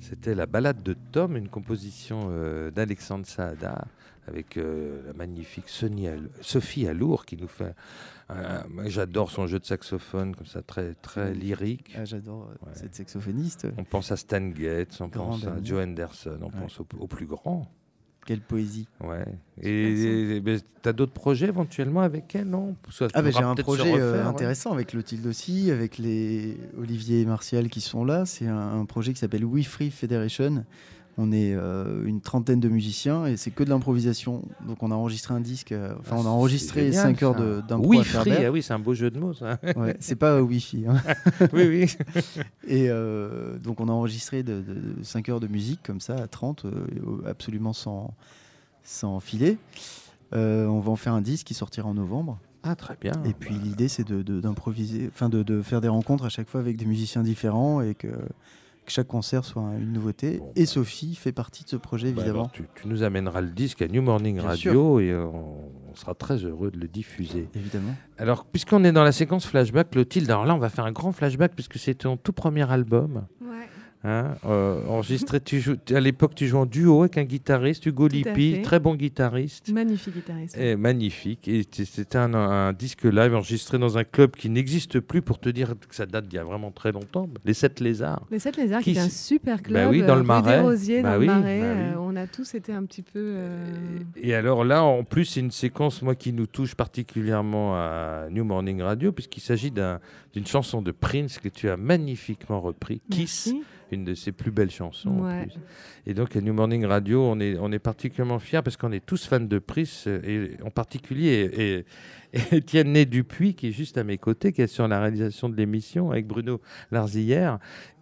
C'était la balade de Tom, une composition d'Alexandre Saada avec la magnifique Sophie Allour qui nous fait... j'adore son jeu de saxophone, comme ça, très, très lyrique. Ah, j'adore cette saxophoniste. On pense à Stan Getz, on pense à ami. Joe Henderson, on pense au plus grand. Quelle poésie. Ouais. Et tu as d'autres projets éventuellement avec elle, non? J'ai un projet intéressant avec Clotilde aussi, avec les Olivier et Martial qui sont là. C'est un projet qui s'appelle We Free Federation. On est une trentaine de musiciens et c'est que de l'improvisation. Donc on a enregistré un disque, on a enregistré 5 heures d'impro à Free, Ferber. oui, c'est un beau jeu de mots ça. Ouais, c'est pas Wi-Fi. Hein. Oui. Et donc on a enregistré 5 heures de musique comme ça à 30, absolument sans filet. On va en faire un disque qui sortira en novembre. Ah, très bien. Et puis l'idée c'est d'improviser, de faire des rencontres à chaque fois avec des musiciens différents et que chaque concert soit une nouveauté. Et Sophie fait partie de ce projet, évidemment. Alors, tu nous amèneras le disque à New Morning Bien Radio sûr. et on sera très heureux de le diffuser. Évidemment. Alors, puisqu'on est dans la séquence flashback, Clotilde, alors là, on va faire un grand flashback puisque c'est ton tout premier album. Ouais. Enregistré, à l'époque, tu jouais en duo avec un guitariste, Hugo Tout à Lippi, fait. très bon guitariste. Magnifique guitariste. Et magnifique. Et c'était un disque live enregistré dans un club qui n'existe plus, pour te dire que ça date d'il y a vraiment très longtemps. Les 7 Lézards. Les 7 Lézards, qui Qui est un s- super club. Bah oui, dans le rue Marais. des Rosiers, Bah dans oui, le Marais. bah oui. On a tous été un petit peu... Et alors là, en plus, c'est une séquence, moi, qui nous touche particulièrement à New Morning Radio, puisqu'il s'agit d'une chanson de Prince que tu as magnifiquement repris, Kiss, Merci. une de ses plus belles chansons. En Ouais. plus. Et donc, à New Morning Radio, on est particulièrement fiers parce qu'on est tous fans de Prince, et en particulier et Étienne Né Dupuis, qui est juste à mes côtés, qui est sur la réalisation de l'émission avec Bruno Larzillière.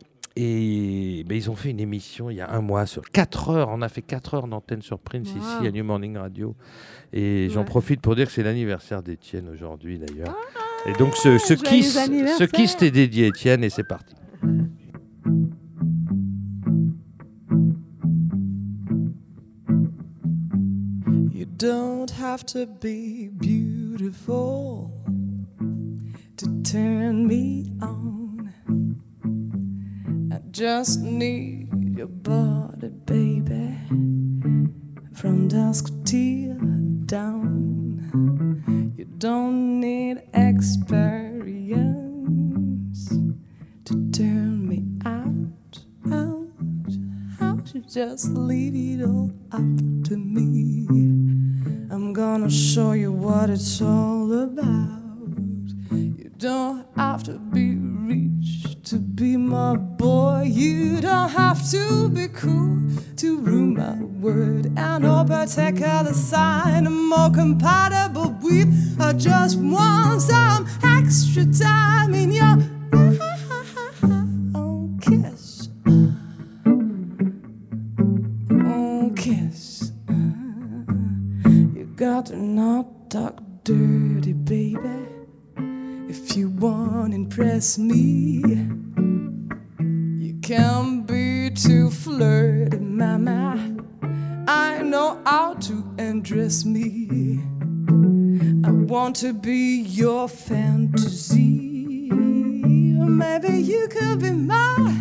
Et ils ont fait une émission il y a un mois sur 4 heures. On a fait 4 heures d'antenne sur Prince Wow. ici à New Morning Radio. Et j'en Ouais. profite pour dire que c'est l'anniversaire d'Étienne aujourd'hui d'ailleurs. Et donc ce joyeux anniversaire. Kiss t'est dédié, Étienne, et c'est parti. You don't have to be beautiful to turn me on. I just need your body, baby, from dusk till dawn. You don't need experience to turn me out. You just leave it all up to me. I'm gonna show you what it's all about. You don't have to be rich to be my boy. You don't have to be cool to rule my world. And no particular sign I'm more compatible with. I just want some extra time in your kiss. Kiss. You got to not talk dirty, baby. If you want to impress me, you can't be too flirty, mama. I know how to undress me. I want to be your fantasy. Maybe you could be mine.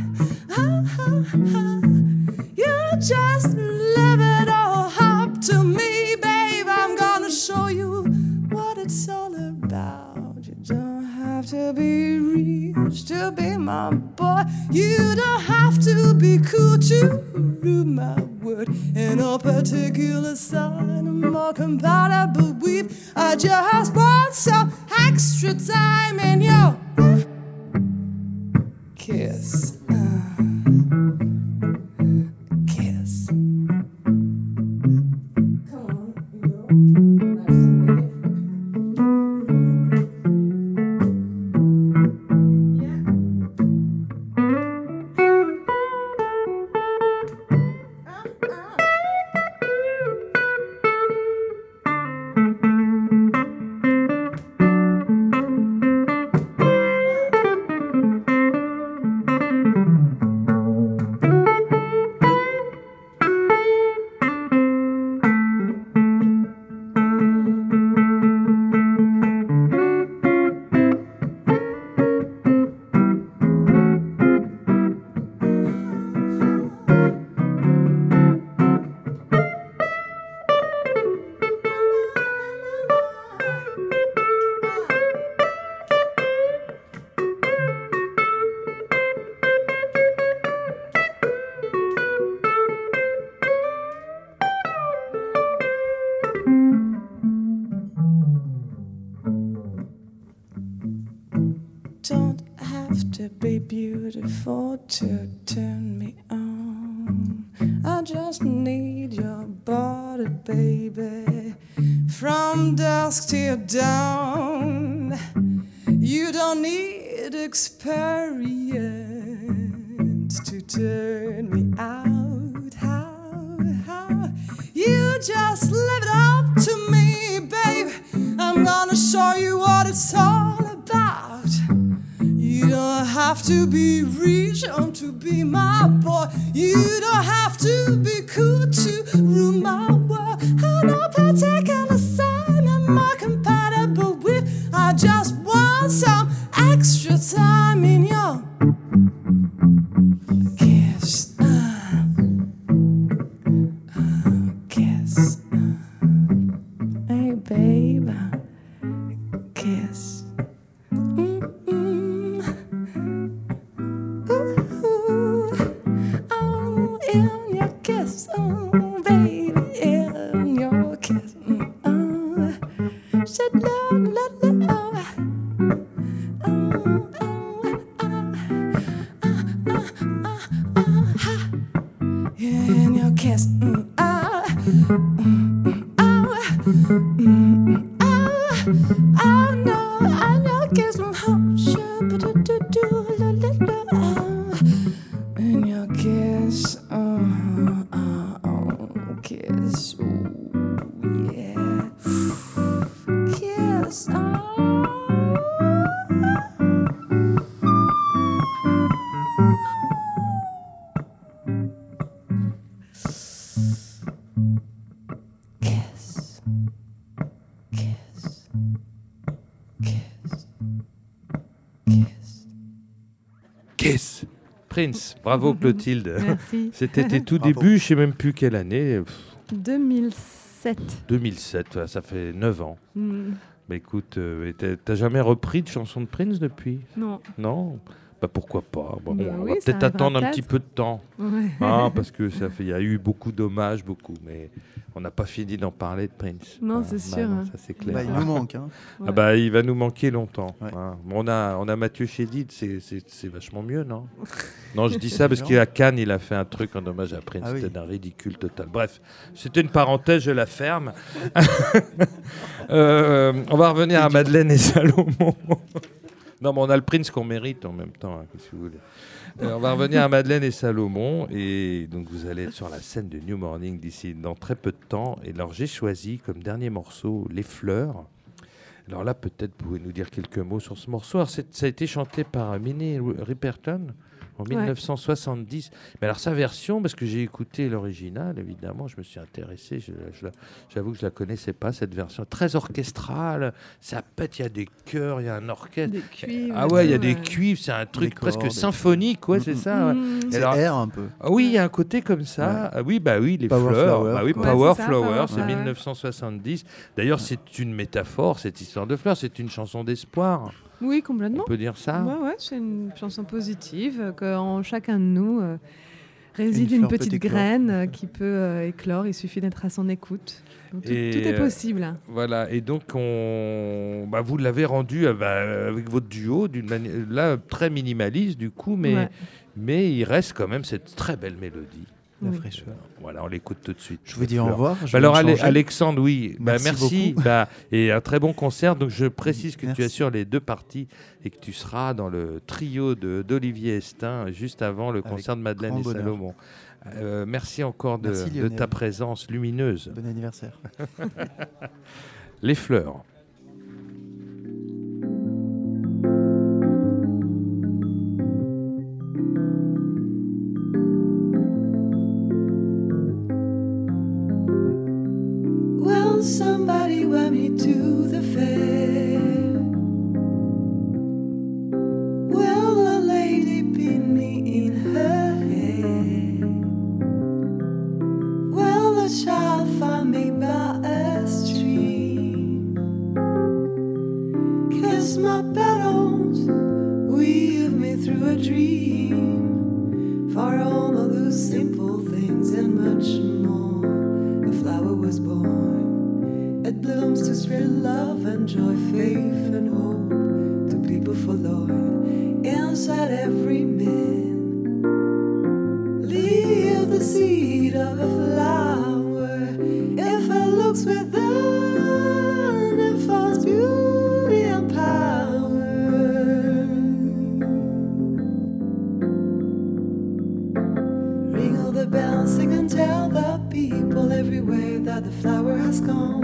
You just leave it all up to me, babe. I'm gonna show you what it's all about. You don't have to be rich to be my boy. You don't have to be cool to rule my world. And no particular sign I'm more compatible with. I just want some extra time in your kiss. Kiss. Come on, don't have to be beautiful to turn me on. I just need your body, baby, from dusk till dawn. You don't need experience to turn me out. How? You just live it up to me, babe. I'm gonna show you what it's all about. You don't have to be rich or to be my boy. You don't have to be cool to rule my world. I'm no particular sign am I compatible with. I just want some extra time in your kiss. Kiss. Hey, babe. Kiss. Oh, in your kiss, oh, baby, in your kiss, shit, la, la, la, in your kiss, I know, kiss, in your kiss, kiss, ooh, yeah, kiss, kiss, kiss, kiss, kiss. Kiss. Prince, bravo Clotilde. Merci. C'était tes tout Bravo. débuts, je sais même plus quelle année. 2007. 2007, voilà, ça fait 9 ans. Mm. Mais écoute, t'as jamais repris de chansons de Prince depuis? Non. Non? Bah pourquoi pas? Bon, Bah on oui, va ça peut-être arrivera attendre un peut-être. petit peu de temps. Ouais. Parce que il y a eu beaucoup d'hommages, mais on n'a pas fini d'en parler de Prince. Non, Voilà. c'est sûr, non, hein. ça c'est clair. Bah, il nous manque. Hein. Ah bah, il va nous manquer longtemps. Ouais. Hein. On a Mathieu Chédid, c'est vachement mieux, non? Non, je dis ça parce qu'à Cannes, il a fait un truc en hommage à Prince. Ah oui. C'était un ridicule total. Bref, c'était une parenthèse, je la ferme. On va revenir à Madeleine et Salomon. Non, mais on a le Prince qu'on mérite en même temps, hein, qu'est-ce que vous voulez. On va revenir à Madeleine et Salomon. Et donc, vous allez être sur la scène de New Morning d'ici dans très peu de temps. Et alors, j'ai choisi comme dernier morceau Les Fleurs. Alors là, peut-être pouvez nous dire quelques mots sur ce morceau. Alors, ça a été chanté par Minnie Riperton en 1970. Mais alors sa version, parce que j'ai écouté l'original, évidemment, je me suis intéressé. J'avoue que je la connaissais pas, cette version très orchestrale. Ça pète, il y a des chœurs, il y a un orchestre. Des cuivres. Ah ouais, il y a des cuivres, c'est un truc presque cordes, symphonique, ouais, c'est ça. Ouais. Et C'est alors- air un peu. Ah oui, il y a un côté comme ça. Ah oui, bah oui, les Power fleurs. Flower, Bah oui, quoi. Power Ouais, c'est ça, Flower, Power c'est Flower. 1970. D'ailleurs, c'est une métaphore, cette histoire de fleurs. C'est une chanson d'espoir. Oui, On complètement. peut dire ça. Ouais, c'est une chanson positive, qu'en chacun de nous réside Une une fleur peut petite éclore. graine qui peut éclore. Il suffit d'être à son écoute. Donc, tout Et, est possible. Voilà, et donc vous l'avez rendu avec votre duo, d'une manière là très minimaliste du coup, Ouais. mais il reste quand même cette très belle mélodie. La Oui. fraîcheur. Voilà, on l'écoute tout de suite. Je vous dis au Fleurs. revoir. je Bah vais alors me changer. Alexandre, oui, Merci merci. beaucoup. Et un très bon concert. Donc je précise que tu Merci. assures les deux parties et que tu seras dans le trio d'Olivier Estin juste avant le Avec concert de Madeleine grand et bonheur. Salomon. Merci encore Merci, de Lionel. ta présence lumineuse. Bon anniversaire. Les fleurs. Will somebody wear me to the fair? Will a lady pin me in her hair? Will a child find me by a stream? Kiss my petals, weave me through a dream. For all of those simple things and much more, a flower was born. It blooms to spread love and joy, faith and hope to people forlorn. every man. Leave the seed of a flower. If it looks within, it finds beauty and power. Ring all the bells, sing and tell the people everywhere that the flower has come.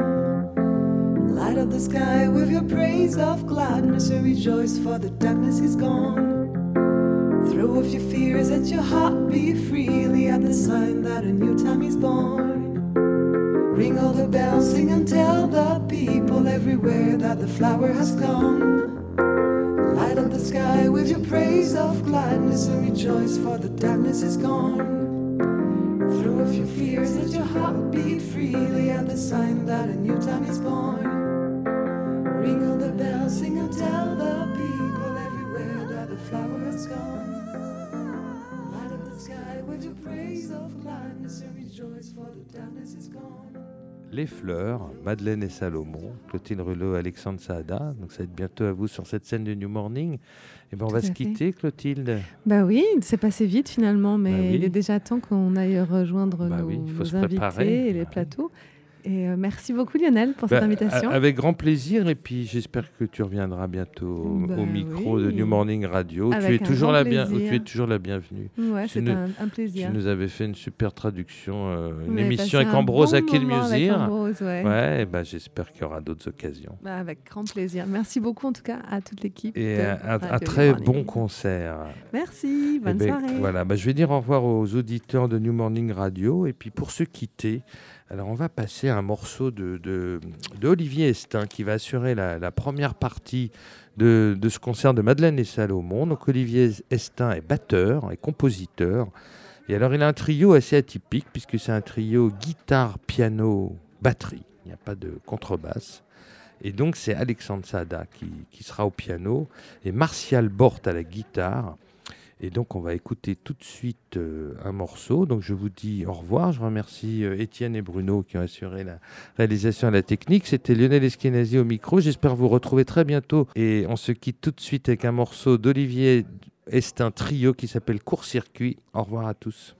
Light up the sky with your praise of gladness and rejoice, for the darkness is gone. Throw off your fears, let your heart beat freely at the sign that a new time is born. Ring all the bells, sing and tell the people everywhere that the flower has come. Light up the sky with your praise of gladness and rejoice, for the darkness is gone. Throw off your fears, let your heart beat freely at the sign that a new time is born. Ring all the bells, sing and tell the people everywhere that the flower has gone. Light up the sky with your praise of gladness and rejoice, for the darkness is gone. Les Fleurs, Madeleine et Salomon, Clotilde Rulot, Alexandre Saada. Donc ça va être bientôt à vous sur cette scène de New Morning. Et ben on va se quitter, Clotilde. Bah oui, c'est passé vite finalement, mais oui. il est déjà temps qu'on aille rejoindre nos invités et les plateaux. Et merci beaucoup Lionel pour cette invitation. Avec grand plaisir, et puis j'espère que tu reviendras bientôt au micro de New Morning Radio. Tu es toujours la bienvenue. Ouais, c'est un plaisir. Tu nous avais fait une super traduction, une émission avec Ambrose à Kill Music. Ouais, ben j'espère qu'il y aura d'autres occasions. Avec grand plaisir. Merci beaucoup en tout cas à toute l'équipe. Et un très bon concert. Merci, bonne soirée. Voilà, je vais dire au revoir aux auditeurs de New Morning Radio, et puis pour se quitter, alors on va passer à un morceau de Olivier Estin qui va assurer la première partie de ce concert de Madeleine et Salomon. Donc Olivier Estin est batteur et compositeur. Et alors il a un trio assez atypique puisque c'est un trio guitare, piano, batterie. Il n'y a pas de contrebasse. Et donc c'est Alexandre Saada qui sera au piano et Martial Bort à la guitare. Et donc, on va écouter tout de suite un morceau. Donc, je vous dis au revoir. Je remercie Étienne et Bruno qui ont assuré la réalisation et la technique. C'était Lionel Eskenazi au micro. J'espère vous retrouver très bientôt. Et on se quitte tout de suite avec un morceau d'Olivier Estin Trio qui s'appelle Court-Circuit. Au revoir à tous.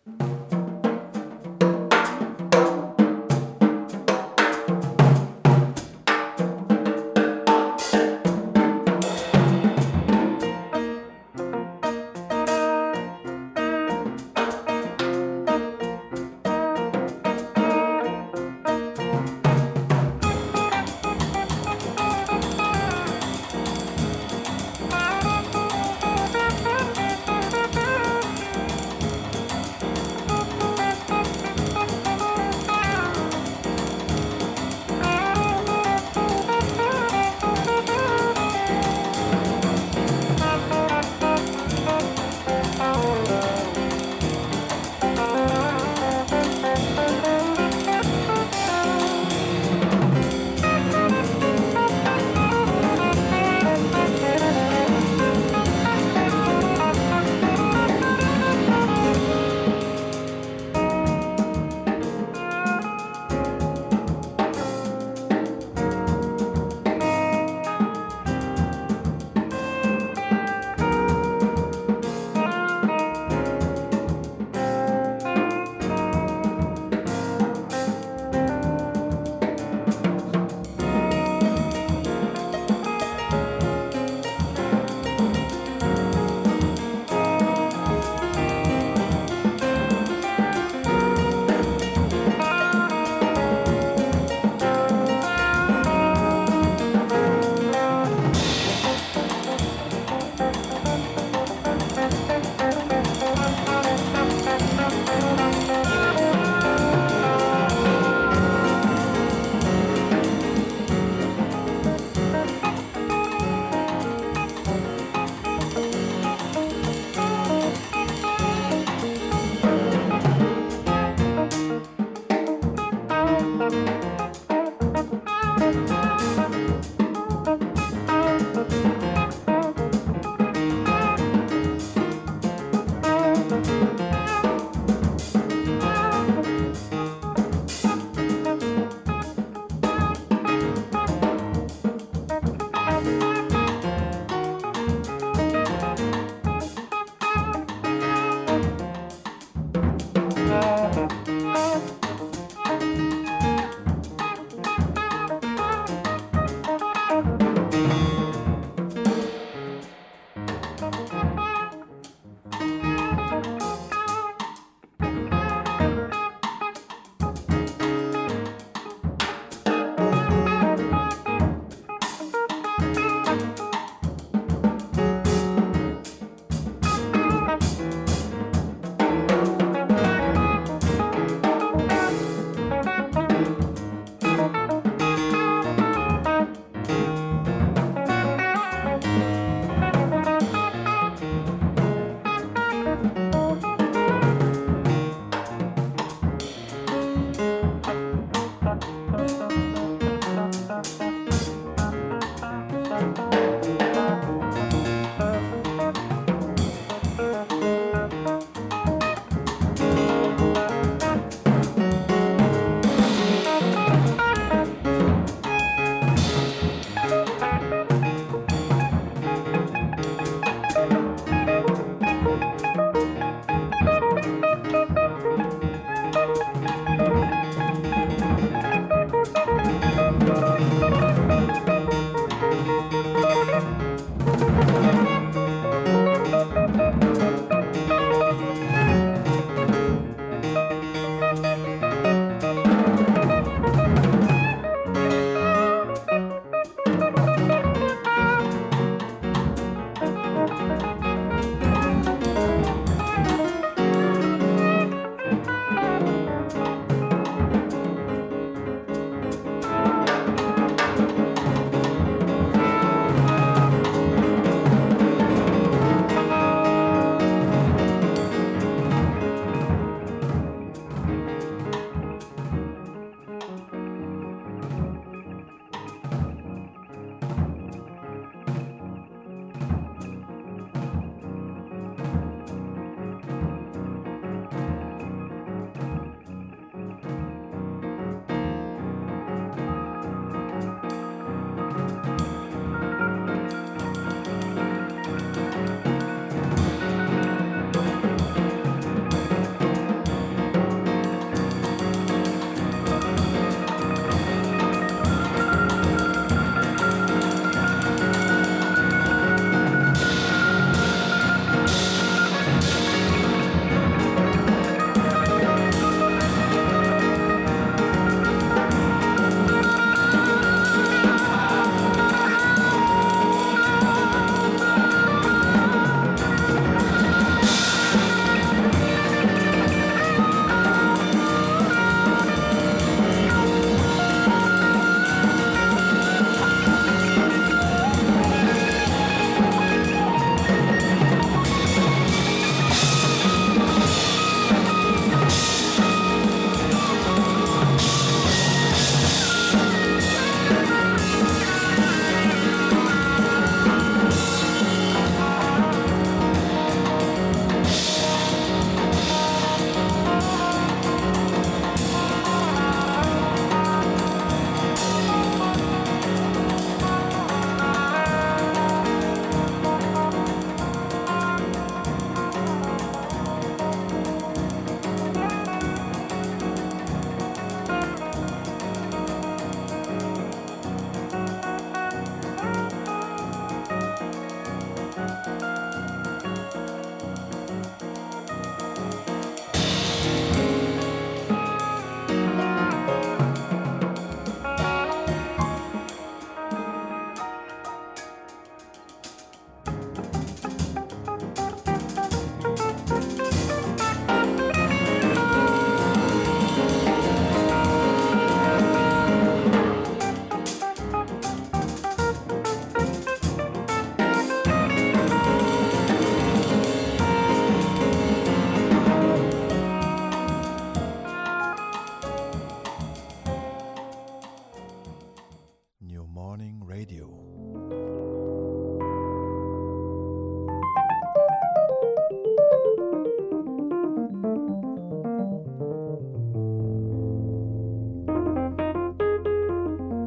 Radio.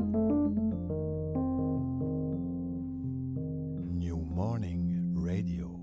New Morning Radio.